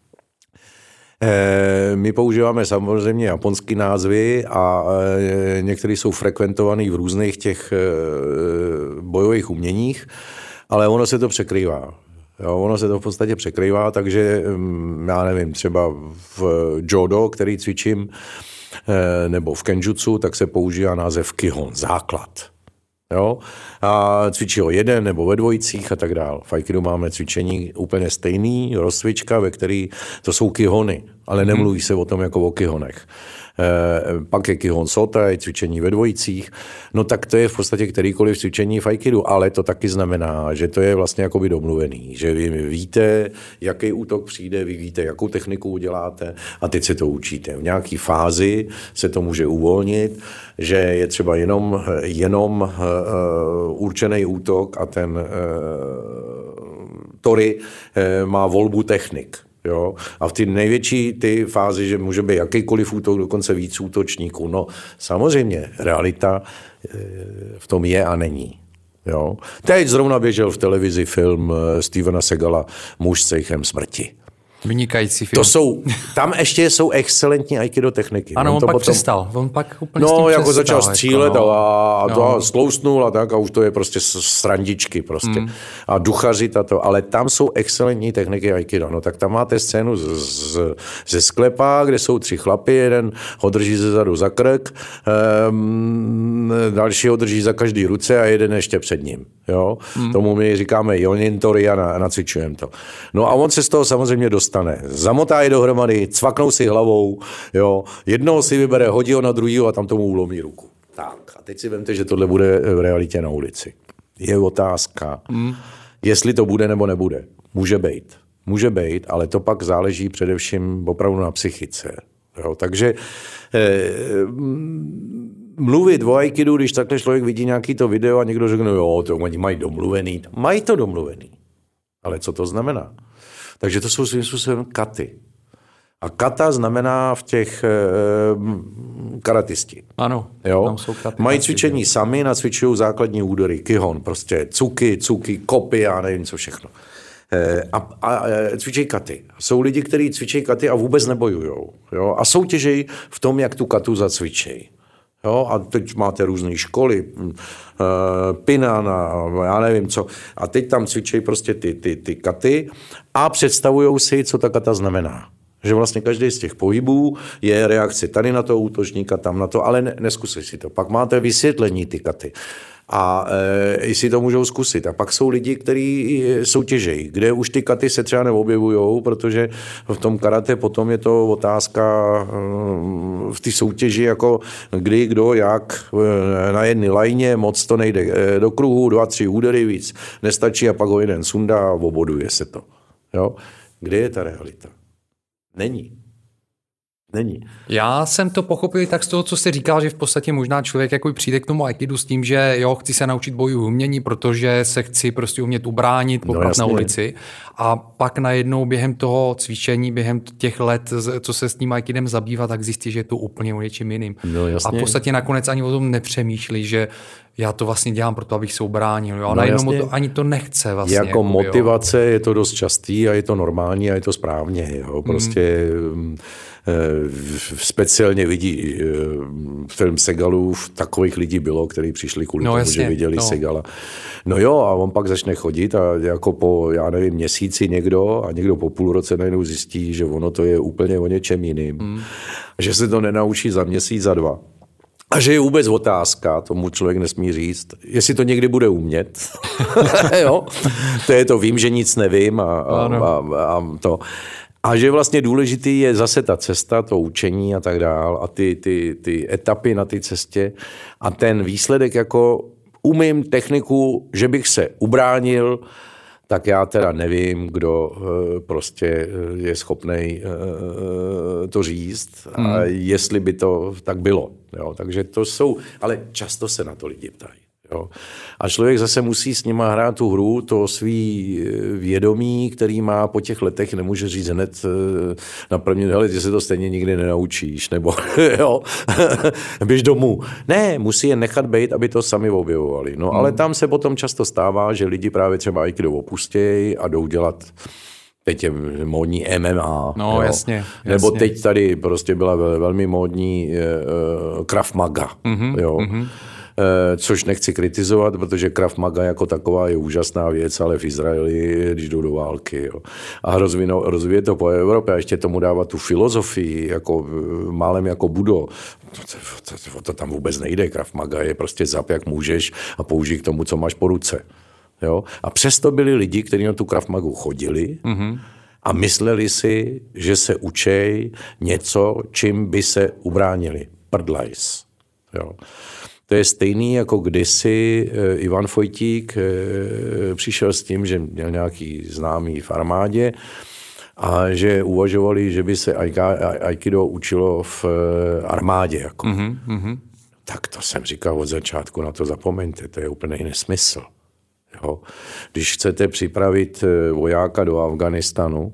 my používáme samozřejmě japonské názvy a některé jsou frekventované v různých těch bojových uměních, ale ono se to překrývá. Jo, ono se to v podstatě překrývá, takže já nevím, třeba v judo, který cvičím, nebo v kenjutsu, tak se používá název kihon, základ. Jo? A cvičí ho jeden nebo ve dvojicích a tak dál. V aikidu máme cvičení úplně stejný, rozcvička, ve který to jsou kihony, ale nemluví se o tom jako o kihonech. E, pak je kihon sota, je cvičení ve dvojicích, no tak to je v podstatě kterýkoliv cvičení v aikidu, ale to taky znamená, že to je vlastně jakoby domluvený, že vy víte, jaký útok přijde, vy víte, jakou techniku uděláte a teď se to učíte. V nějaký fázi se to může uvolnit, že je třeba jenom, jenom uh, určený útok a ten uh, tori uh, má volbu technik. Jo? A v ty největší ty fázi, že může být jakýkoliv útok, dokonce víc útočníků. No samozřejmě, realita uh, v tom je a není. Jo? Teď zrovna běžel v televizi film uh, Stevena Seagala Muž s cejchem smrti. Vynikající film. To jsou, tam ještě jsou excelentní aikido techniky. Ano, on, on pak potom přestal. On pak úplně no, jako přestal, začal střílet jako, no. a, no. a stlousnul a tak a už to je prostě srandičky prostě. Mm. A duchařit a to. Ale tam jsou excelentní techniky aikido. No tak tam máte scénu z, z, ze sklepa, kde jsou tři chlapy, jeden ho drží ze zadu za krk, um, další ho drží za každý ruce a jeden ještě před ním. Jo? Mm. Tomu my říkáme Jonin Tori a nacvičujeme to. No a on se z toho samozřejmě dostane. Zamotá je dohromady, cvaknou si hlavou, jo, jednoho si vybere, hodí ho na druhýho a tam tomu ulomí ruku. Tak, a teď si vemte, že tohle bude v realitě na ulici. Je otázka, mm. jestli to bude nebo nebude. Může být. Může být, ale to pak záleží především opravdu na psychice. Jo, takže eh, mluvit o aikidu, když takhle člověk vidí nějaký to video a někdo řekne, jo, to oni mají domluvený. Mají to domluvený. Ale co to znamená? Takže to jsou svým způsobem katy. A kata znamená v těch e, karatisti. Ano, jo? Tam jsou katy. Mají cvičení jo. sami, nacvičují základní údery, kihon, prostě cuky, cuky, kopy, já nevím co všechno. E, a, a cvičí katy. Jsou lidi, kteří cvičí katy a vůbec nebojujou. Jo? A soutěžejí v tom, jak tu katu zacvičejí. Jo, a teď máte různé školy, Pinan a já nevím co. A teď tam cvičejí prostě ty, ty, ty katy a představují si, co ta kata znamená. Že vlastně každý z těch pohybů je reakce tady na toho útočníka, tam na to, ale ne, neskusí si to. Pak máte vysvětlení ty katy. A e, si to můžou zkusit. A pak jsou lidi, kteří soutěžejí, kde už ty katy se třeba neobjevujou, protože v tom karate potom je to otázka e, v té soutěži, jako kdy, kdo, jak, e, na jedné lajně, moc to nejde e, do kruhu, dva, tři údery víc nestačí a pak ho jeden sundá a oboduje se to. Jo? Kde je ta realita? Není. Není. Já jsem to pochopil tak z toho, co jsi říkal, že v podstatě možná člověk jako přijde k tomu aikidu s tím, že jo, chci se naučit bojů umění, protože se chci prostě umět ubránit, poprat no, na ulici. A pak najednou během toho cvičení, během těch let, co se s tím aikidem zabývá, tak zjistí, že je to úplně o něčím jiným. No, a v podstatě nakonec ani o tom nepřemýšlí, že já to vlastně dělám proto, abych se ubránil. Jo? A no, najednou to ani to nechce vlastně. Jako, jako motivace jo. je to dost častý a je to normální a je to správně. Jo? Prostě mm. speciálně vidí film Segalův, takových lidí bylo, kteří přišli kvůli no, tomu, jasně, že viděli no. Segala. No jo, a on pak začne chodit a jako po, já nevím, měsíci někdo a někdo po půl roce najednou zjistí, že ono to je úplně o něčem jiným. Mm. Že se to nenaučí za měsíc, za dva. A že je vůbec otázka, tomu člověk nesmí říct, jestli to někdy bude umět. jo? To je to, vím, že nic nevím a, a, a, a to. A že vlastně důležitý je zase ta cesta, to učení a tak dál a ty, ty, ty etapy na té cestě a ten výsledek jako umím techniku, že bych se ubránil, tak já teda nevím, kdo prostě je schopnej to říct a hmm. jestli by to tak bylo. Jo? Takže to jsou, ale často se na to lidi ptají. Jo? A člověk zase musí s nima hrát tu hru, to svý vědomí, který má po těch letech, nemůže říct hned na první hele, ty se to stejně nikdy nenaučíš, nebo jo, běž domů. Ne, musí je nechat bejt, aby to sami objevovali. No, ale tam se potom často stává, že lidi právě třeba aikido opustějí a jdou dělat teď je módní M M A. No, jo. jasně, jasně. Nebo teď tady prostě byla velmi módní uh, Krav Maga. Mm-hmm, jo. Mm-hmm. Což nechci kritizovat, protože Krav Maga jako taková je úžasná věc, ale v Izraeli, když jdou do války. Jo. A rozvíje to po Evropě a ještě tomu dávat tu filozofii, jako, málem jako Budo. To, to, to, to tam vůbec nejde. Krav Maga je prostě zap, jak můžeš a použij k tomu, co máš po ruce. Jo. A přesto byli lidi, kteří na tu Krav Magu chodili mm-hmm. a mysleli si, že se učej něco, čím by se ubránili. Prdlajs. Jo. To je stejný, jako kdysi Ivan Fojtík přišel s tím, že měl nějaký známý v armádě a že uvažovali, že by se aikido učilo v armádě. Jako. Mm-hmm. Tak to jsem říkal od začátku, na to zapomeňte, to je úplný nesmysl. Jo? Když chcete připravit vojáka do Afganistanu,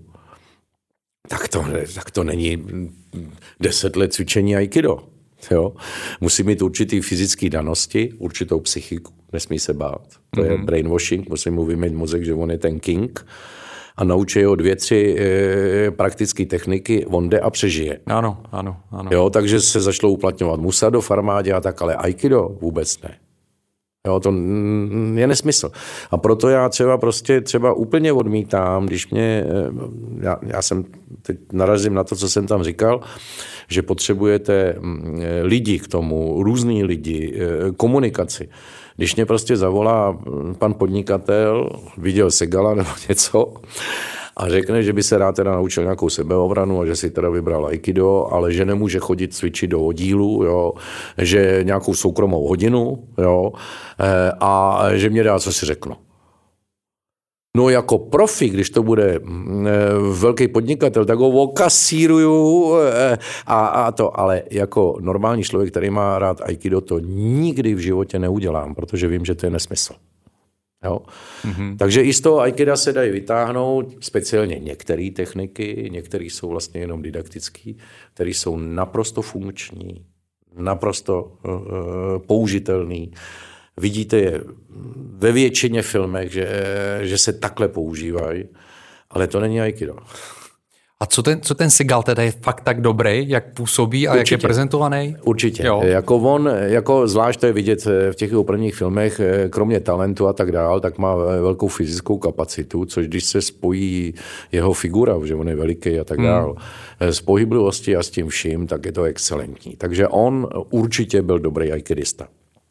tak to, tak to není deset let cvičení aikido. Jo? Musí mít určitý fyzické danosti, určitou psychiku, nesmí se bát. To mm-hmm. je brainwashing, musí mu vymít mozek, že on je ten king a naučí ho dvě, tři e, praktické techniky, on jde a přežije. Ano, ano, ano. Jo, takže se začalo uplatňovat musado v armádě a tak, ale aikido vůbec ne. Jo, to je nesmysl. A proto já třeba prostě třeba úplně odmítám, když mě, já, já jsem teď narazím na to, co jsem tam říkal, že potřebujete lidi k tomu, různý lidi, komunikaci. Když mě prostě zavolá pan podnikatel, viděl Segala nebo něco a řekne, že by se rád teda naučil nějakou sebeobranu a že si teda vybral aikido, ale že nemůže chodit cvičit do oddílu, jo, že nějakou soukromou hodinu, jo, a že mě dá, co si řeknu. No jako profi, když to bude velký podnikatel, tak ho okasíruju a, a to, ale jako normální člověk, který má rád aikido, to nikdy v životě neudělám, protože vím, že to je nesmysl. Jo? Mm-hmm. Takže i z toho aikida se dají vytáhnout speciálně některé techniky, některé jsou vlastně jenom didaktické, které jsou naprosto funkční, naprosto uh, použitelný. Vidíte je ve většině filmech, že, že se takhle používají, ale to není aikido. A co ten, co ten Seagal teda je fakt tak dobrý, jak působí a Určitě. Jak je prezentovaný? Určitě. Jo. Jako on, jako zvlášť to je vidět v těch jeho prvních filmech, kromě talentu a tak dál, tak má velkou fyzickou kapacitu, což když se spojí jeho figura, že on je veliký a tak dál, hmm. s pohyblivostí a s tím vším, tak je to excelentní. Takže on určitě byl dobrý aikidista.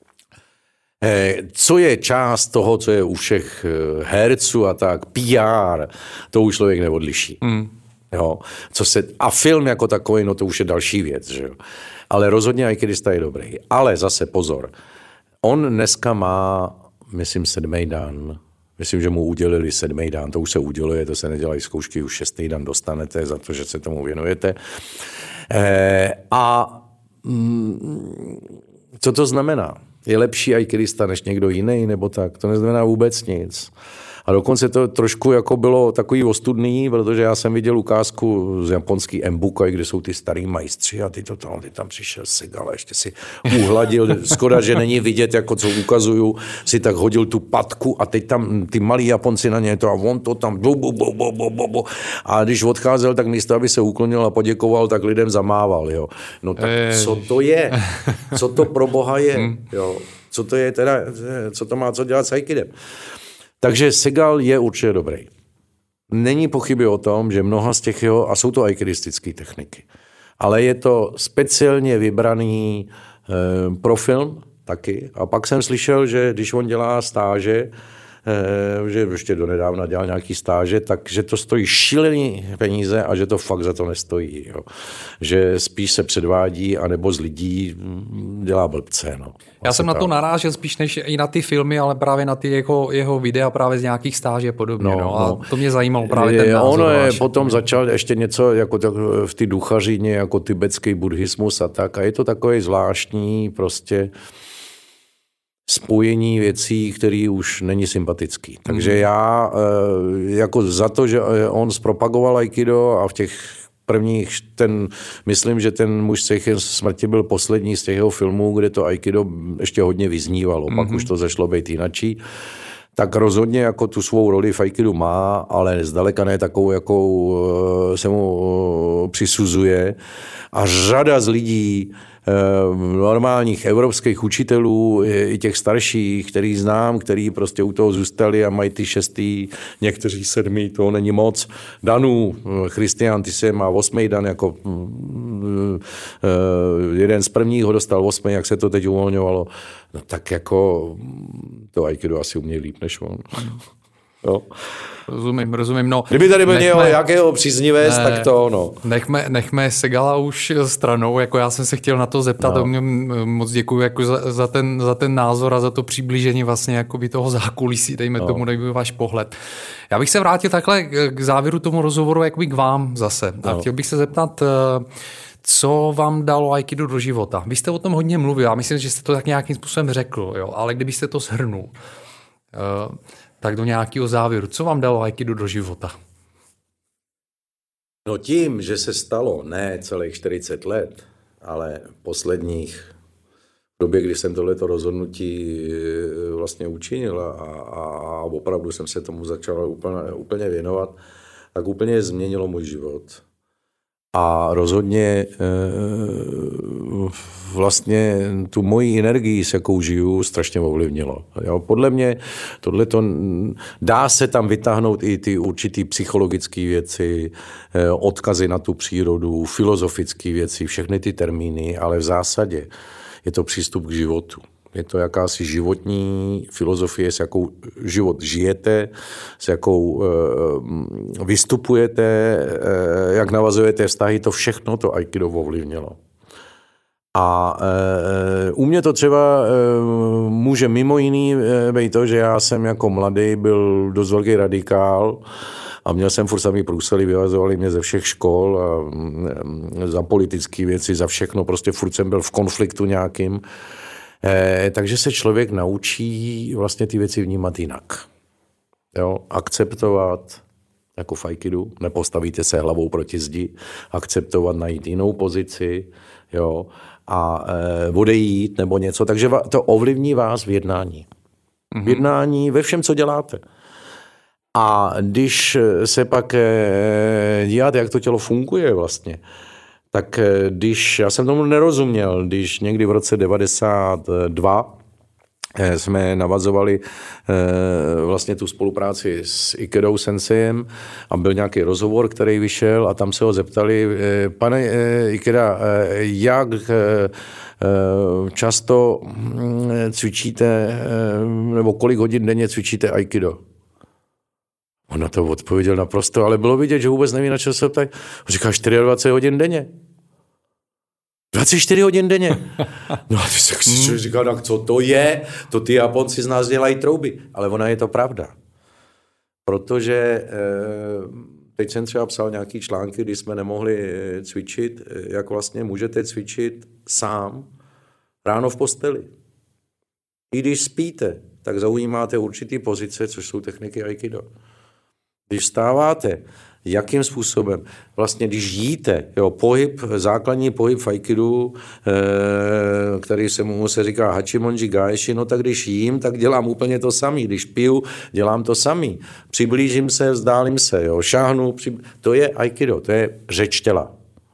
Co je část toho, co je u všech herců a tak, P R, to už člověk neodliší. Hmm. Jo, co se, a film jako takový, no to už je další věc, že jo. Ale rozhodně aikidista je dobrý. Ale zase pozor, on dneska má, myslím, sedmý dan, myslím, že mu udělili sedmý dan, to už se uděluje, to se nedělají zkoušky, už šestý dan dostanete za to, že se tomu věnujete. E, a mm, co to znamená? Je lepší aikidista než někdo jiný, nebo tak? To neznamená vůbec nic. A dokonce to trošku jako bylo takový ostudný, protože já jsem viděl ukázku z japonský Embukai, kde jsou ty starý majstři a ty, to tam, ty tam přišel Seagal a ještě si uhladil, skoda, že není vidět, jako co ukazuju, si tak hodil tu patku a teď tam ty malí Japonci na ně to a on to tam bu, bu, bu, bu, bu, bu. A když odcházel, tak místo, aby se uklonil a poděkoval, tak lidem zamával. Jo. No tak co to je? Co to pro Boha je? Jo. Co to je teda, co to má co dělat s aikidem? Takže Seagal je určitě dobrý. Není pochyby o tom, že mnoha z těch jeho, a jsou to aikidistické techniky, ale je to speciálně vybraný e, pro film taky. A pak jsem slyšel, že když on dělá stáže, e, že ještě donedávna dělal nějaký stáže, takže to stojí šílený peníze a že to fakt za to nestojí. Jo. Že spíš se předvádí, anebo z lidí dělá blbce. No. Já jsem na to narážel spíš než i na ty filmy, ale právě na ty jeho, jeho videa právě z nějakých stáží a podobně. No, no. A no. To mě zajímalo právě je, ten názor. Ono je, potom začal ještě něco jako tak, v ty duchařině, jako tibetský buddhismus a tak. A je to takový zvláštní prostě spojení věcí, který už není sympatický. Takže já jako za to, že on zpropagoval aikido a v těch prvních, ten, myslím, že ten muž z smrti byl poslední z těch jeho filmů, kde to aikido ještě hodně vyznívalo. Mm-hmm. Pak už to zašlo být jinačí. Tak rozhodně jako tu svou roli v aikidu má, ale zdaleka ne takovou, jakou se mu přisuzuje. A řada z lidí, normálních evropských učitelů, i těch starších, který znám, který prostě u toho zůstali a mají ty šestý, někteří sedmý, to není moc. Danů, Christian, ty se má osmý dan, jako jeden z prvních ho dostal osmý, jak se to teď uvolňovalo. No tak jako to aikido asi umějí líp než on. Jo. Rozumím, rozumím. No, kdyby tady byl nechme, nějakého příznivec, ne, tak to, no. Nechme, nechme Seagala už stranou, jako já jsem se chtěl na to zeptat, no. Mě moc děkuji jako za, za, ten, za ten názor a za to přiblížení vlastně jakoby toho zákulisí, dejme no. tomu, dejme váš pohled. Já bych se vrátil takhle k závěru tomu rozhovoru jakoby k vám zase. A no. chtěl bych se zeptat, co vám dalo aikido do života? Vy jste o tom hodně mluvil, já myslím, že jste to tak nějakým způsobem řekl, jo? Ale kdybyste to shrnul, uh, tak do nějakého závěru. Co vám dalo aikido do života? No tím, že se stalo ne celých čtyřicet let, ale posledních v době, kdy jsem tohleto rozhodnutí vlastně učinil a, a, a opravdu jsem se tomu začal úplně, úplně věnovat, tak úplně změnilo můj život. A rozhodně e, vlastně tu moji energii, s jakou žiju, strašně ovlivnilo. Jo, podle mě tohleto, dá se tam vytáhnout i ty určitý psychologické věci, e, odkazy na tu přírodu, filozofické věci, všechny ty termíny, ale v zásadě je to přístup k životu. Je to jakási životní filozofie, s jakou život žijete, s jakou e, vystupujete, e, jak navazujete vztahy, to všechno to aikido ovlivnilo. A e, u mě to třeba e, může mimo jiný e, být to, že já jsem jako mladý byl dost velký radikál a měl jsem furt samý průsely, vyvazovali mě ze všech škol a e, za politické věci, za všechno, prostě furt jsem byl v konfliktu nějakým. E, takže se člověk naučí vlastně ty věci vnímat jinak. Jo? Akceptovat, jako v aikidu, nepostavíte se hlavou proti zdi, akceptovat, najít jinou pozici, jo, a e, odejít nebo něco. Takže to ovlivní vás v jednání. Mm-hmm. V jednání, ve všem, co děláte. A když se pak e, díváte, jak to tělo funguje vlastně, tak e, když, já jsem tomu nerozuměl, když někdy v roce devadesát dva jsme navazovali vlastně tu spolupráci s Ikedou sensejem a byl nějaký rozhovor, který vyšel a tam se ho zeptali, pane Ikeda, jak často cvičíte, nebo kolik hodin denně cvičíte aikido? On na to odpověděl naprosto, ale bylo vidět, že vůbec neví, na čem se ptát. On říká dvacet čtyři hodin denně. dvacet čtyři hodin denně. No a ty se říkal, tak co to je? To ty Japonci z nás dělají trouby. Ale ona je to pravda. Protože teď jsem třeba psal nějaký články, kdy jsme nemohli cvičit, jak vlastně můžete cvičit sám ráno v posteli. I když spíte, tak zaujímáte určitý pozice, což jsou techniky aikido. Když vstáváte, jakým způsobem? Vlastně, když jíte, jo, pohyb, základní pohyb v aikidu, e, který se mu se říká hachimonji gaeshi, no tak když jím, tak dělám úplně to samý. Když piju, dělám to samý. Přiblížím se, vzdálím se, jo, šáhnu, přib... to je aikido, to je řeč těla.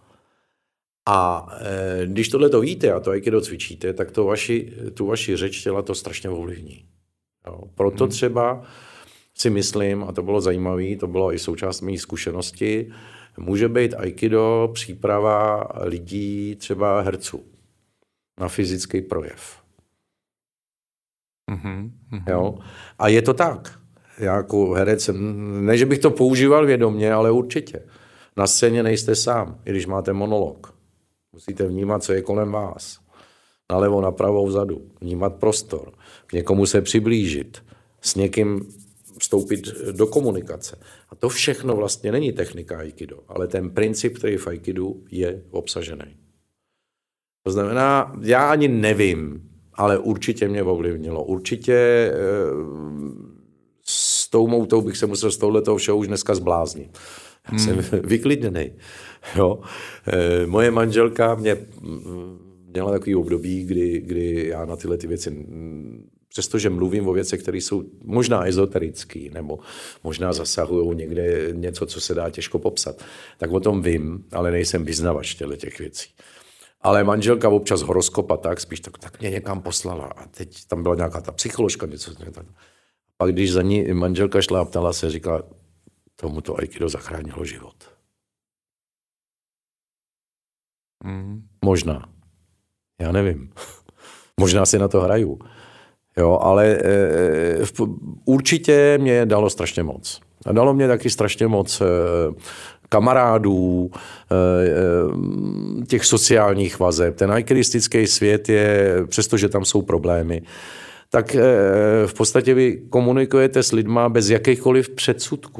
A e, když tohle to víte a to aikido cvičíte, tak to vaši, tu vaši řeč těla to strašně ovlivní. Jo. Proto hmm. třeba si myslím, a to bylo zajímavé, to bylo i součást mé zkušenosti, může být aikido příprava lidí, třeba herců, na fyzický projev. Mm-hmm. Jo? A je to tak. Já jako herec, ne, že bych to používal vědomě, ale určitě. Na scéně nejste sám, i když máte monolog. Musíte vnímat, co je kolem vás. Nalevo, napravo, vzadu. Vnímat prostor. K někomu se přiblížit. S někým vstoupit do komunikace. A to všechno vlastně není technika aikido, ale ten princip, který v aikidu je obsažený. To znamená, já ani nevím, ale určitě mě ovlivnilo. Určitě e, s tou moutou bych se musel z tohletoho všeho už dneska zbláznit. Hmm. Jsem vyklidněnej. Jo? E, moje manželka mě měla takový období, kdy, kdy já na tyhle ty věci, přestože mluvím o věcech, které jsou možná ezoterické, nebo možná zasahují někde něco, co se dá těžko popsat, tak o tom vím, ale nejsem vyznavač těch věcí. Ale manželka občas horoskopa tak, spíš tak, tak mě někam poslala a teď tam byla nějaká ta psycholožka, něco. Pak když za ní manželka šla a ptala se, říkala, tomu to aikido zachránilo život. Mm. Možná. Já nevím. Možná si na to hraju. Jo, ale e, určitě mě dalo strašně moc. A dalo mě taky strašně moc e, kamarádů, e, těch sociálních vazeb. Ten aikidistský svět je, přestože tam jsou problémy, tak e, v podstatě vy komunikujete s lidma bez jakýchkoliv předsudků.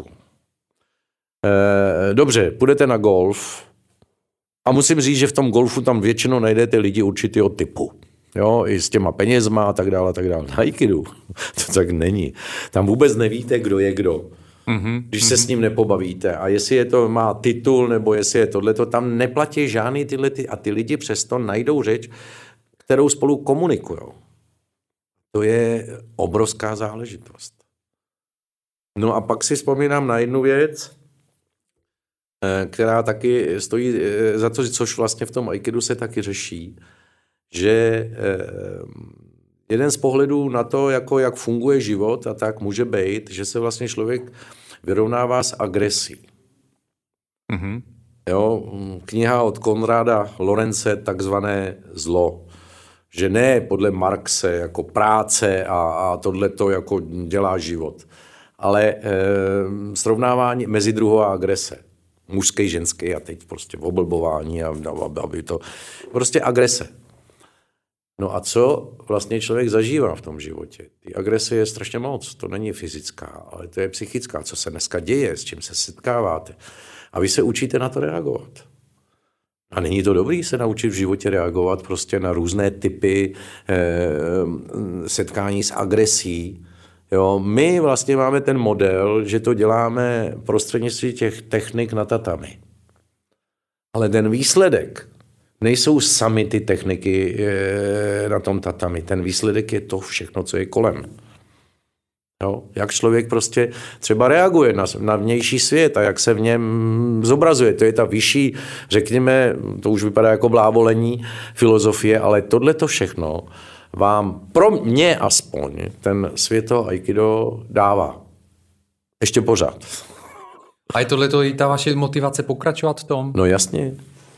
E, dobře, půjdete na golf a musím říct, že v tom golfu tam většinou najdete lidi určitého typu. Jo, i s těma penězma a tak dále, a tak dále. Na aikidu to tak není. Tam vůbec nevíte, kdo je kdo. Mm-hmm. Když se mm-hmm. s ním nepobavíte. A jestli je to má titul, nebo jestli je tohleto, tam neplatí žádný tyhle ty, a ty lidi přesto najdou řeč, kterou spolu komunikujou. To je obrovská záležitost. No a pak si vzpomínám na jednu věc, která taky stojí za to, což vlastně v tom aikidu se taky řeší, že jeden z pohledů na to, jako jak funguje život a tak může být, že se vlastně člověk vyrovnává s agresí. Mm-hmm. Jo, kniha od Konráda Lorence, takzvané zlo. Že ne podle Marxe jako práce a, a tohleto jako dělá život, ale e, srovnávání mezidruhová agrese. Mužský, ženský a teď prostě oblbování a aby to... Prostě agrese. No a co vlastně člověk zažívá v tom životě? Ty agrese je strašně moc, to není fyzická, ale to je psychická, co se dneska děje, s čím se setkáváte. A vy se učíte na to reagovat. A není to dobrý se naučit v životě reagovat prostě na různé typy eh, setkání s agresí. Jo, my vlastně máme ten model, že to děláme prostřednictvím těch technik na tatami. Ale ten výsledek nejsou sami ty techniky eh, na tom tatami. Ten výsledek je to všechno, co je kolem. Jo? Jak člověk prostě třeba reaguje na, na vnější svět a jak se v něm zobrazuje. To je ta vyšší, řekněme, to už vypadá jako blábolení filozofie, ale tohle to všechno vám, pro mě aspoň, ten svět toho aikido dává. Ještě pořád. A je tohleto i ta vaše motivace pokračovat v tom? No jasně.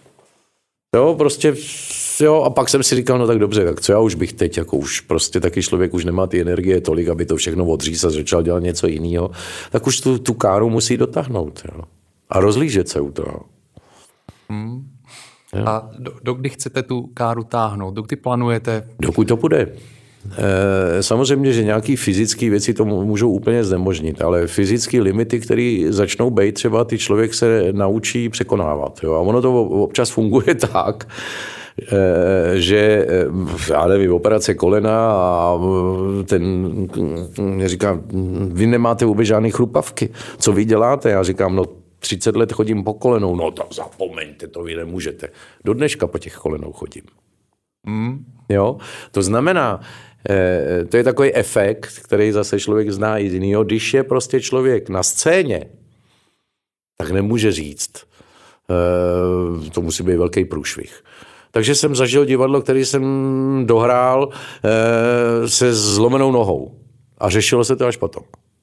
Jo, prostě, jo, a pak jsem si říkal, no tak dobře, tak co já už bych teď, jako už prostě taky člověk už nemá ty energie tolik, aby to všechno odřízl a začal dělat něco jiného, tak už tu, tu káru musí dotáhnout, jo. A rozlížet se u toho. Hmm. A do, dokdy chcete tu káru táhnout? Dokdy plánujete? Dokud to půjde. E, samozřejmě, že nějaké fyzické věci to můžou úplně znemožnit, ale fyzické limity, které začnou být, třeba ty člověk se naučí překonávat. Jo? A ono to občas funguje tak, e, že já nevím, operace kolena a ten říkám, vy nemáte vůbec žádný chrupavky. Co vy děláte? Já říkám, no třicet let chodím po kolenou. No tak zapomeňte, to vy nemůžete. Do dneška po těch kolenou chodím. Mm. Jo? To znamená, eh, to je takový efekt, který zase člověk zná i z jinýho. Když je prostě člověk na scéně, tak nemůže říct, eh, to musí být velký průšvih. Takže jsem zažil divadlo, který jsem dohrál eh, se zlomenou nohou. A řešilo se to až potom.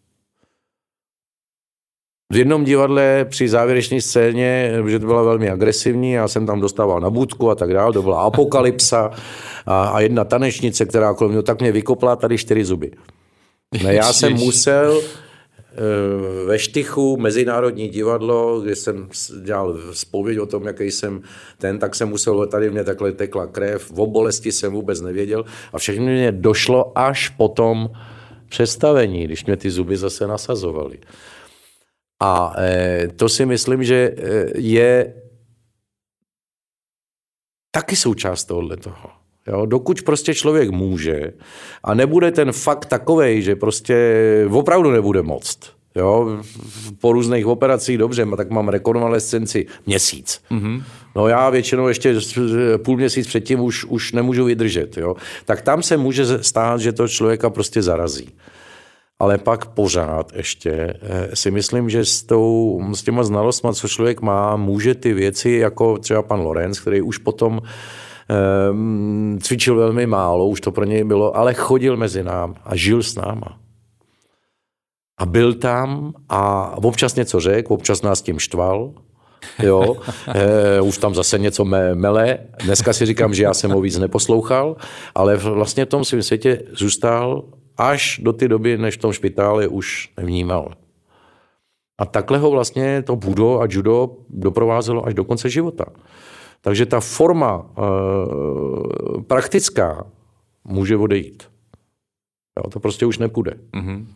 V jednom divadle při závěrečné scéně, že to byla velmi agresivní, já jsem tam dostával na budku a tak dále, to byla apokalypsa a, a jedna tanečnice, která kolem mě, tak mě vykopla tady čtyři zuby. No, já jsem musel e, ve Štychu, Mezinárodní divadlo, kde jsem dělal zpověď o tom, jaký jsem ten, tak jsem musel, tady mě takhle tekla krev, o bolesti jsem vůbec nevěděl a všechno mě došlo až po tom představení, když mě ty zuby zase nasazovaly. A e, to si myslím, že je taky součást tohohletoho. Jo? Dokud prostě člověk může a nebude ten fakt takovej, že prostě opravdu nebude moct. Jo? Po různých operacích dobře, tak mám rekonvalescenci měsíc. Mm-hmm. No já většinou ještě půl měsíc předtím už, už nemůžu vydržet. Jo? Tak tam se může stát, že to člověka prostě zarazí. Ale pak pořád ještě si myslím, že s, tou, s těma znalostma, co člověk má, může ty věci, jako třeba pan Lorenz, který už potom um, cvičil velmi málo, už to pro něj bylo, ale chodil mezi nám a žil s náma. A byl tam a občas něco řekl, občas nás tím štval, jo, e, už tam zase něco me, mele. Dneska si říkám, že já jsem ho víc neposlouchal, ale vlastně v tom svém světě zůstal až do té doby, než v tom špitále už nevnímal. A takhle ho vlastně to budo a judo doprovázelo až do konce života. Takže ta forma e, praktická může odejít. Jo, to prostě už nepůjde. Mm-hmm.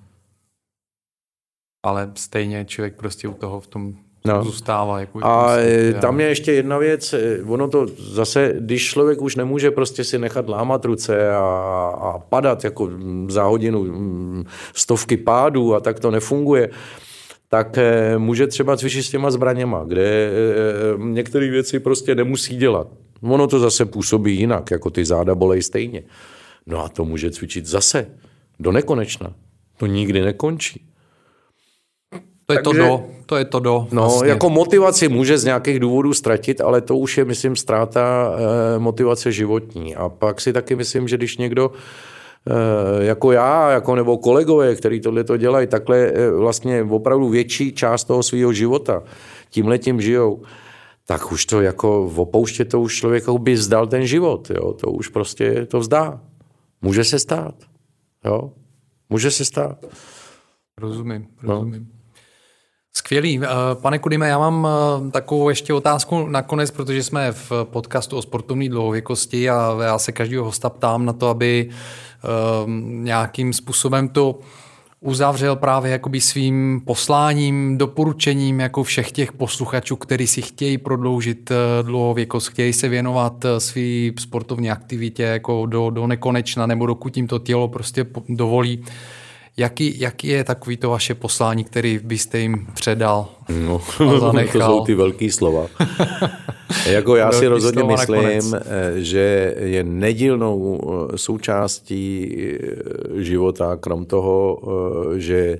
Ale stejně člověk prostě u toho v tom no. zůstává. Jako a prostě, tam je ještě jedna věc, ono to zase, když člověk už nemůže prostě si nechat lámat ruce a, a padat jako za hodinu stovky pádů a tak to nefunguje, tak může třeba cvičit s těma zbraněma, kde některé věci prostě nemusí dělat. Ono to zase působí jinak, jako ty záda bolej stejně. No a to může cvičit zase do nekonečna. To nikdy nekončí. To je, Takže, to, do, to je to do. No, vlastně. Jako motivaci může z nějakých důvodů ztratit, ale to už je, myslím, ztráta e, motivace životní. A pak si taky myslím, že když někdo e, jako já, jako nebo kolegové, kteří tohleto dělají, takhle e, vlastně opravdu větší část toho svého života tímhletím žijou, tak už to jako opouště, to už člověk by vzdal ten život. Jo? To už prostě to vzdá. Může se stát. Jo? Může se stát. Rozumím, rozumím. No. Skvělý. Pane Kudime, já mám takovou ještě otázku nakonec, protože jsme v podcastu o sportovní dlouhověkosti a já se každého hosta ptám na to, aby nějakým způsobem to uzavřel právě jakoby svým posláním, doporučením jako všech těch posluchačů, kteří si chtějí prodloužit dlouhověkost, chtějí se věnovat své sportovní aktivitě jako do, do nekonečna, nebo dokud jim to tělo prostě dovolí. Jaký, jaký je takový to vaše poslání, který byste jim předal no, a zanechal? To jsou ty velký slova. Jako já si rozhodně myslím, nakonec. Že je nedílnou součástí života, krom toho, že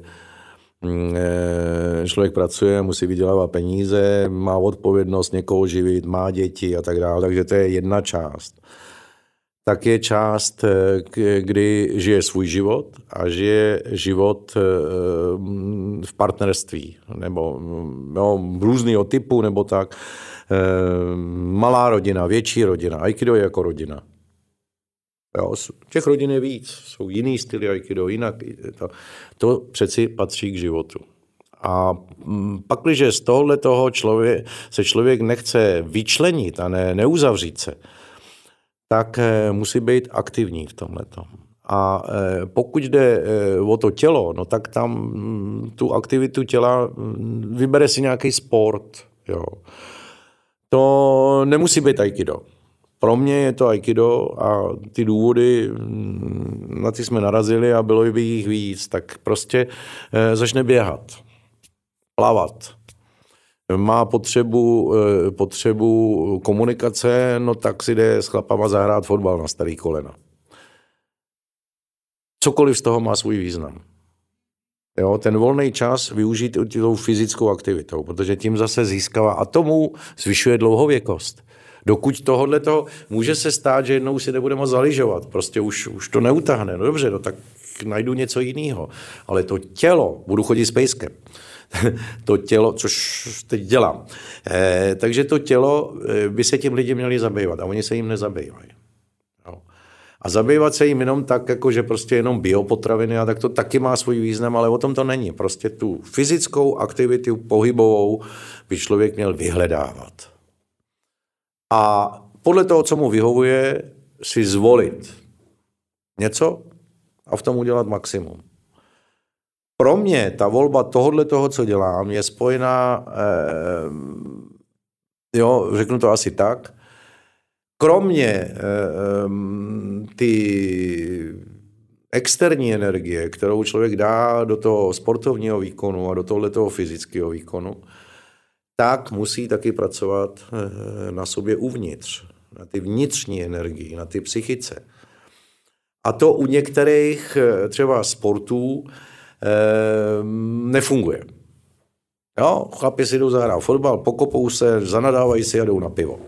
člověk pracuje, musí vydělávat peníze, má odpovědnost někoho živit, má děti a tak dále, takže to je jedna část. Tak je část, kdy žije svůj život a žije život v partnerství, nebo no, různýho typu, nebo tak. Malá rodina, větší rodina, aikido je jako rodina. Jo, těch rodin je víc, jsou jiný styly aikido, jinak. To, to přeci patří k životu. A pakliže z tohohle toho člověk, se člověk nechce vyčlenit a ne, neuzavřít se, tak musí být aktivní v tomhletom. A pokud jde o to tělo, no tak tam tu aktivitu těla vybere si nějaký sport. Jo. To nemusí být aikido. Pro mě je to aikido a ty důvody, na ty jsme narazili a bylo by jich víc, tak prostě začne běhat, plavat. Má potřebu, potřebu komunikace, no tak si jde s chlapama zahrát fotbal na starý kolena. Cokoliv z toho má svůj význam. Jo, ten volný čas využít tou fyzickou aktivitou, protože tím zase získává a tomu zvyšuje dlouhověkost. Dokud tohodleto může se stát, že jednou si nebude moc zaližovat, prostě už, už to neutahne. No dobře, no tak najdu něco jiného. Ale to tělo, budu chodit s pejskem, to tělo, což teď dělám. Eh, takže to tělo by se tím lidi měli zabývat a oni se jim nezabývají. No. A zabývat se jim jenom tak, jako že prostě jenom biopotraviny a tak to taky má svůj význam, ale o tom to není. Prostě tu fyzickou aktivitu pohybovou by člověk měl vyhledávat. A podle toho, co mu vyhovuje, si zvolit něco a v tom udělat maximum. Pro mě ta volba tohodle toho, co dělám, je spojená, eh, jo, řeknu to asi tak, kromě eh, ty externí energie, kterou člověk dá do toho sportovního výkonu a do tohoto fyzického výkonu, tak musí taky pracovat eh, na sobě uvnitř, na ty vnitřní energii, na ty psychice. A to u některých třeba sportů nefunguje. Jo, chlapi si jdou zahrát fotbal, pokopou se, zanadávají si a jdou na pivo.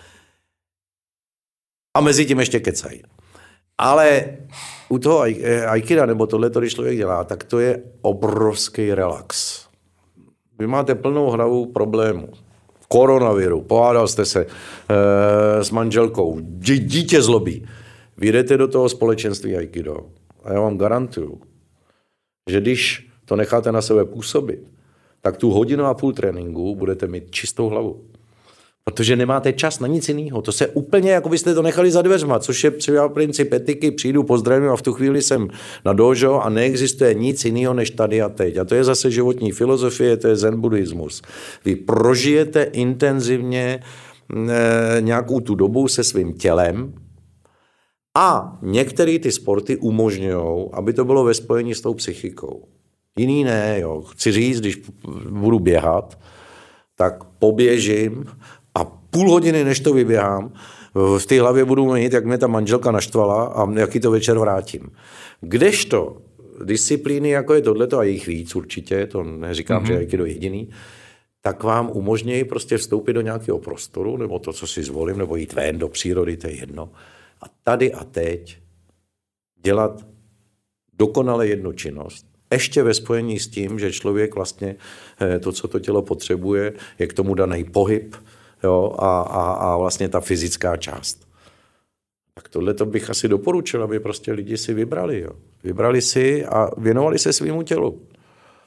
A mezi tím ještě kecají. Ale u toho aikida, nebo tohleto, když člověk dělá, tak to je obrovský relax. Vy máte plnou hlavu problémů. Koronaviru, pohádal jste se e, s manželkou, dítě zlobí. Vy jdete do toho společenství aikido a já vám garantuju, že když to necháte na sebe působit, tak tu hodinu a půl tréninku budete mít čistou hlavu. Protože nemáte čas na nic jiného. To se úplně, jako byste to nechali za dveřma, což je třeba princip etiky, přijdu, pozdravím a v tu chvíli jsem na dojo a neexistuje nic jiného než tady a teď. A to je zase životní filozofie, to je zen buddhismus. Vy prožijete intenzivně e, nějakou tu dobu se svým tělem a některé ty sporty umožňují, aby to bylo ve spojení s tou psychikou. Jiný ne, jo. Chci říct, když budu běhat, tak poběžím a půl hodiny, než to vyběhám, v té hlavě budu mít, jak mě ta manželka naštvala a jaký to večer vrátím. Kdežto disciplíny, jako je tohleto, a jich víc určitě, to neříkám, mm-hmm. že je to jediný, tak vám umožňují prostě vstoupit do nějakého prostoru, nebo to, co si zvolím, nebo jít ven do přírody, to je jedno. A tady a teď dělat dokonale jednu činnost. Ještě ve spojení s tím, že člověk vlastně to, co to tělo potřebuje, je k tomu daný pohyb, jo, a, a, a vlastně ta fyzická část. Tak tohle to bych asi doporučil, aby prostě lidi si vybrali. Jo. Vybrali si a věnovali se svýmu tělu.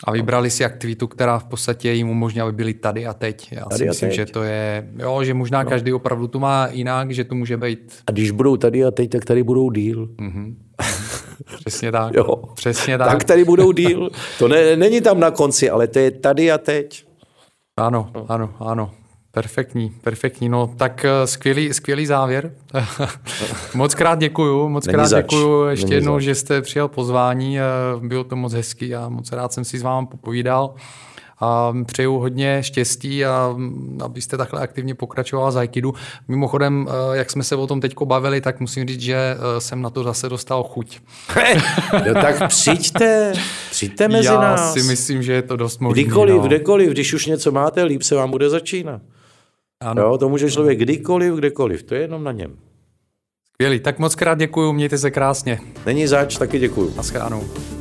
A vybrali si aktivitu, která v podstatě jim umožňuje, aby byli tady a teď. Já tady si myslím, teď. že to je, jo, že možná no. každý opravdu to má jinak, že to může být. A když budou tady a teď, tak tady budou díl. Mm-hmm. Přesně tak. Jo. Přesně tak. Tak tady budou díl. To ne, není tam na konci, ale to je tady a teď. Ano, no. ano, ano. Perfektní, perfektní. No tak skvělý, skvělý závěr. Moc krát děkuju, moc Není krát zač. děkuju ještě Není jednou, zač. že jste přijal pozvání. Bylo to moc hezký a moc rád jsem si s vámi popovídal. A přeju hodně štěstí a abyste takhle aktivně pokračoval z aikidu. Mimochodem, jak jsme se o tom teďko bavili, tak musím říct, že jsem na to zase dostal chuť. No tak přijďte, přijďte mezi Já nás. Já si myslím, že je to dost možný. Kdykoliv, no. kdekoliv, když už něco máte, líp se vám bude začínat. Ano. Jo, to může člověk kdykoliv, kdekoliv, to je jenom na něm. Skvělý, tak moc krát děkuju, mějte se krásně. Není zač, taky děkuju. Naschledanou.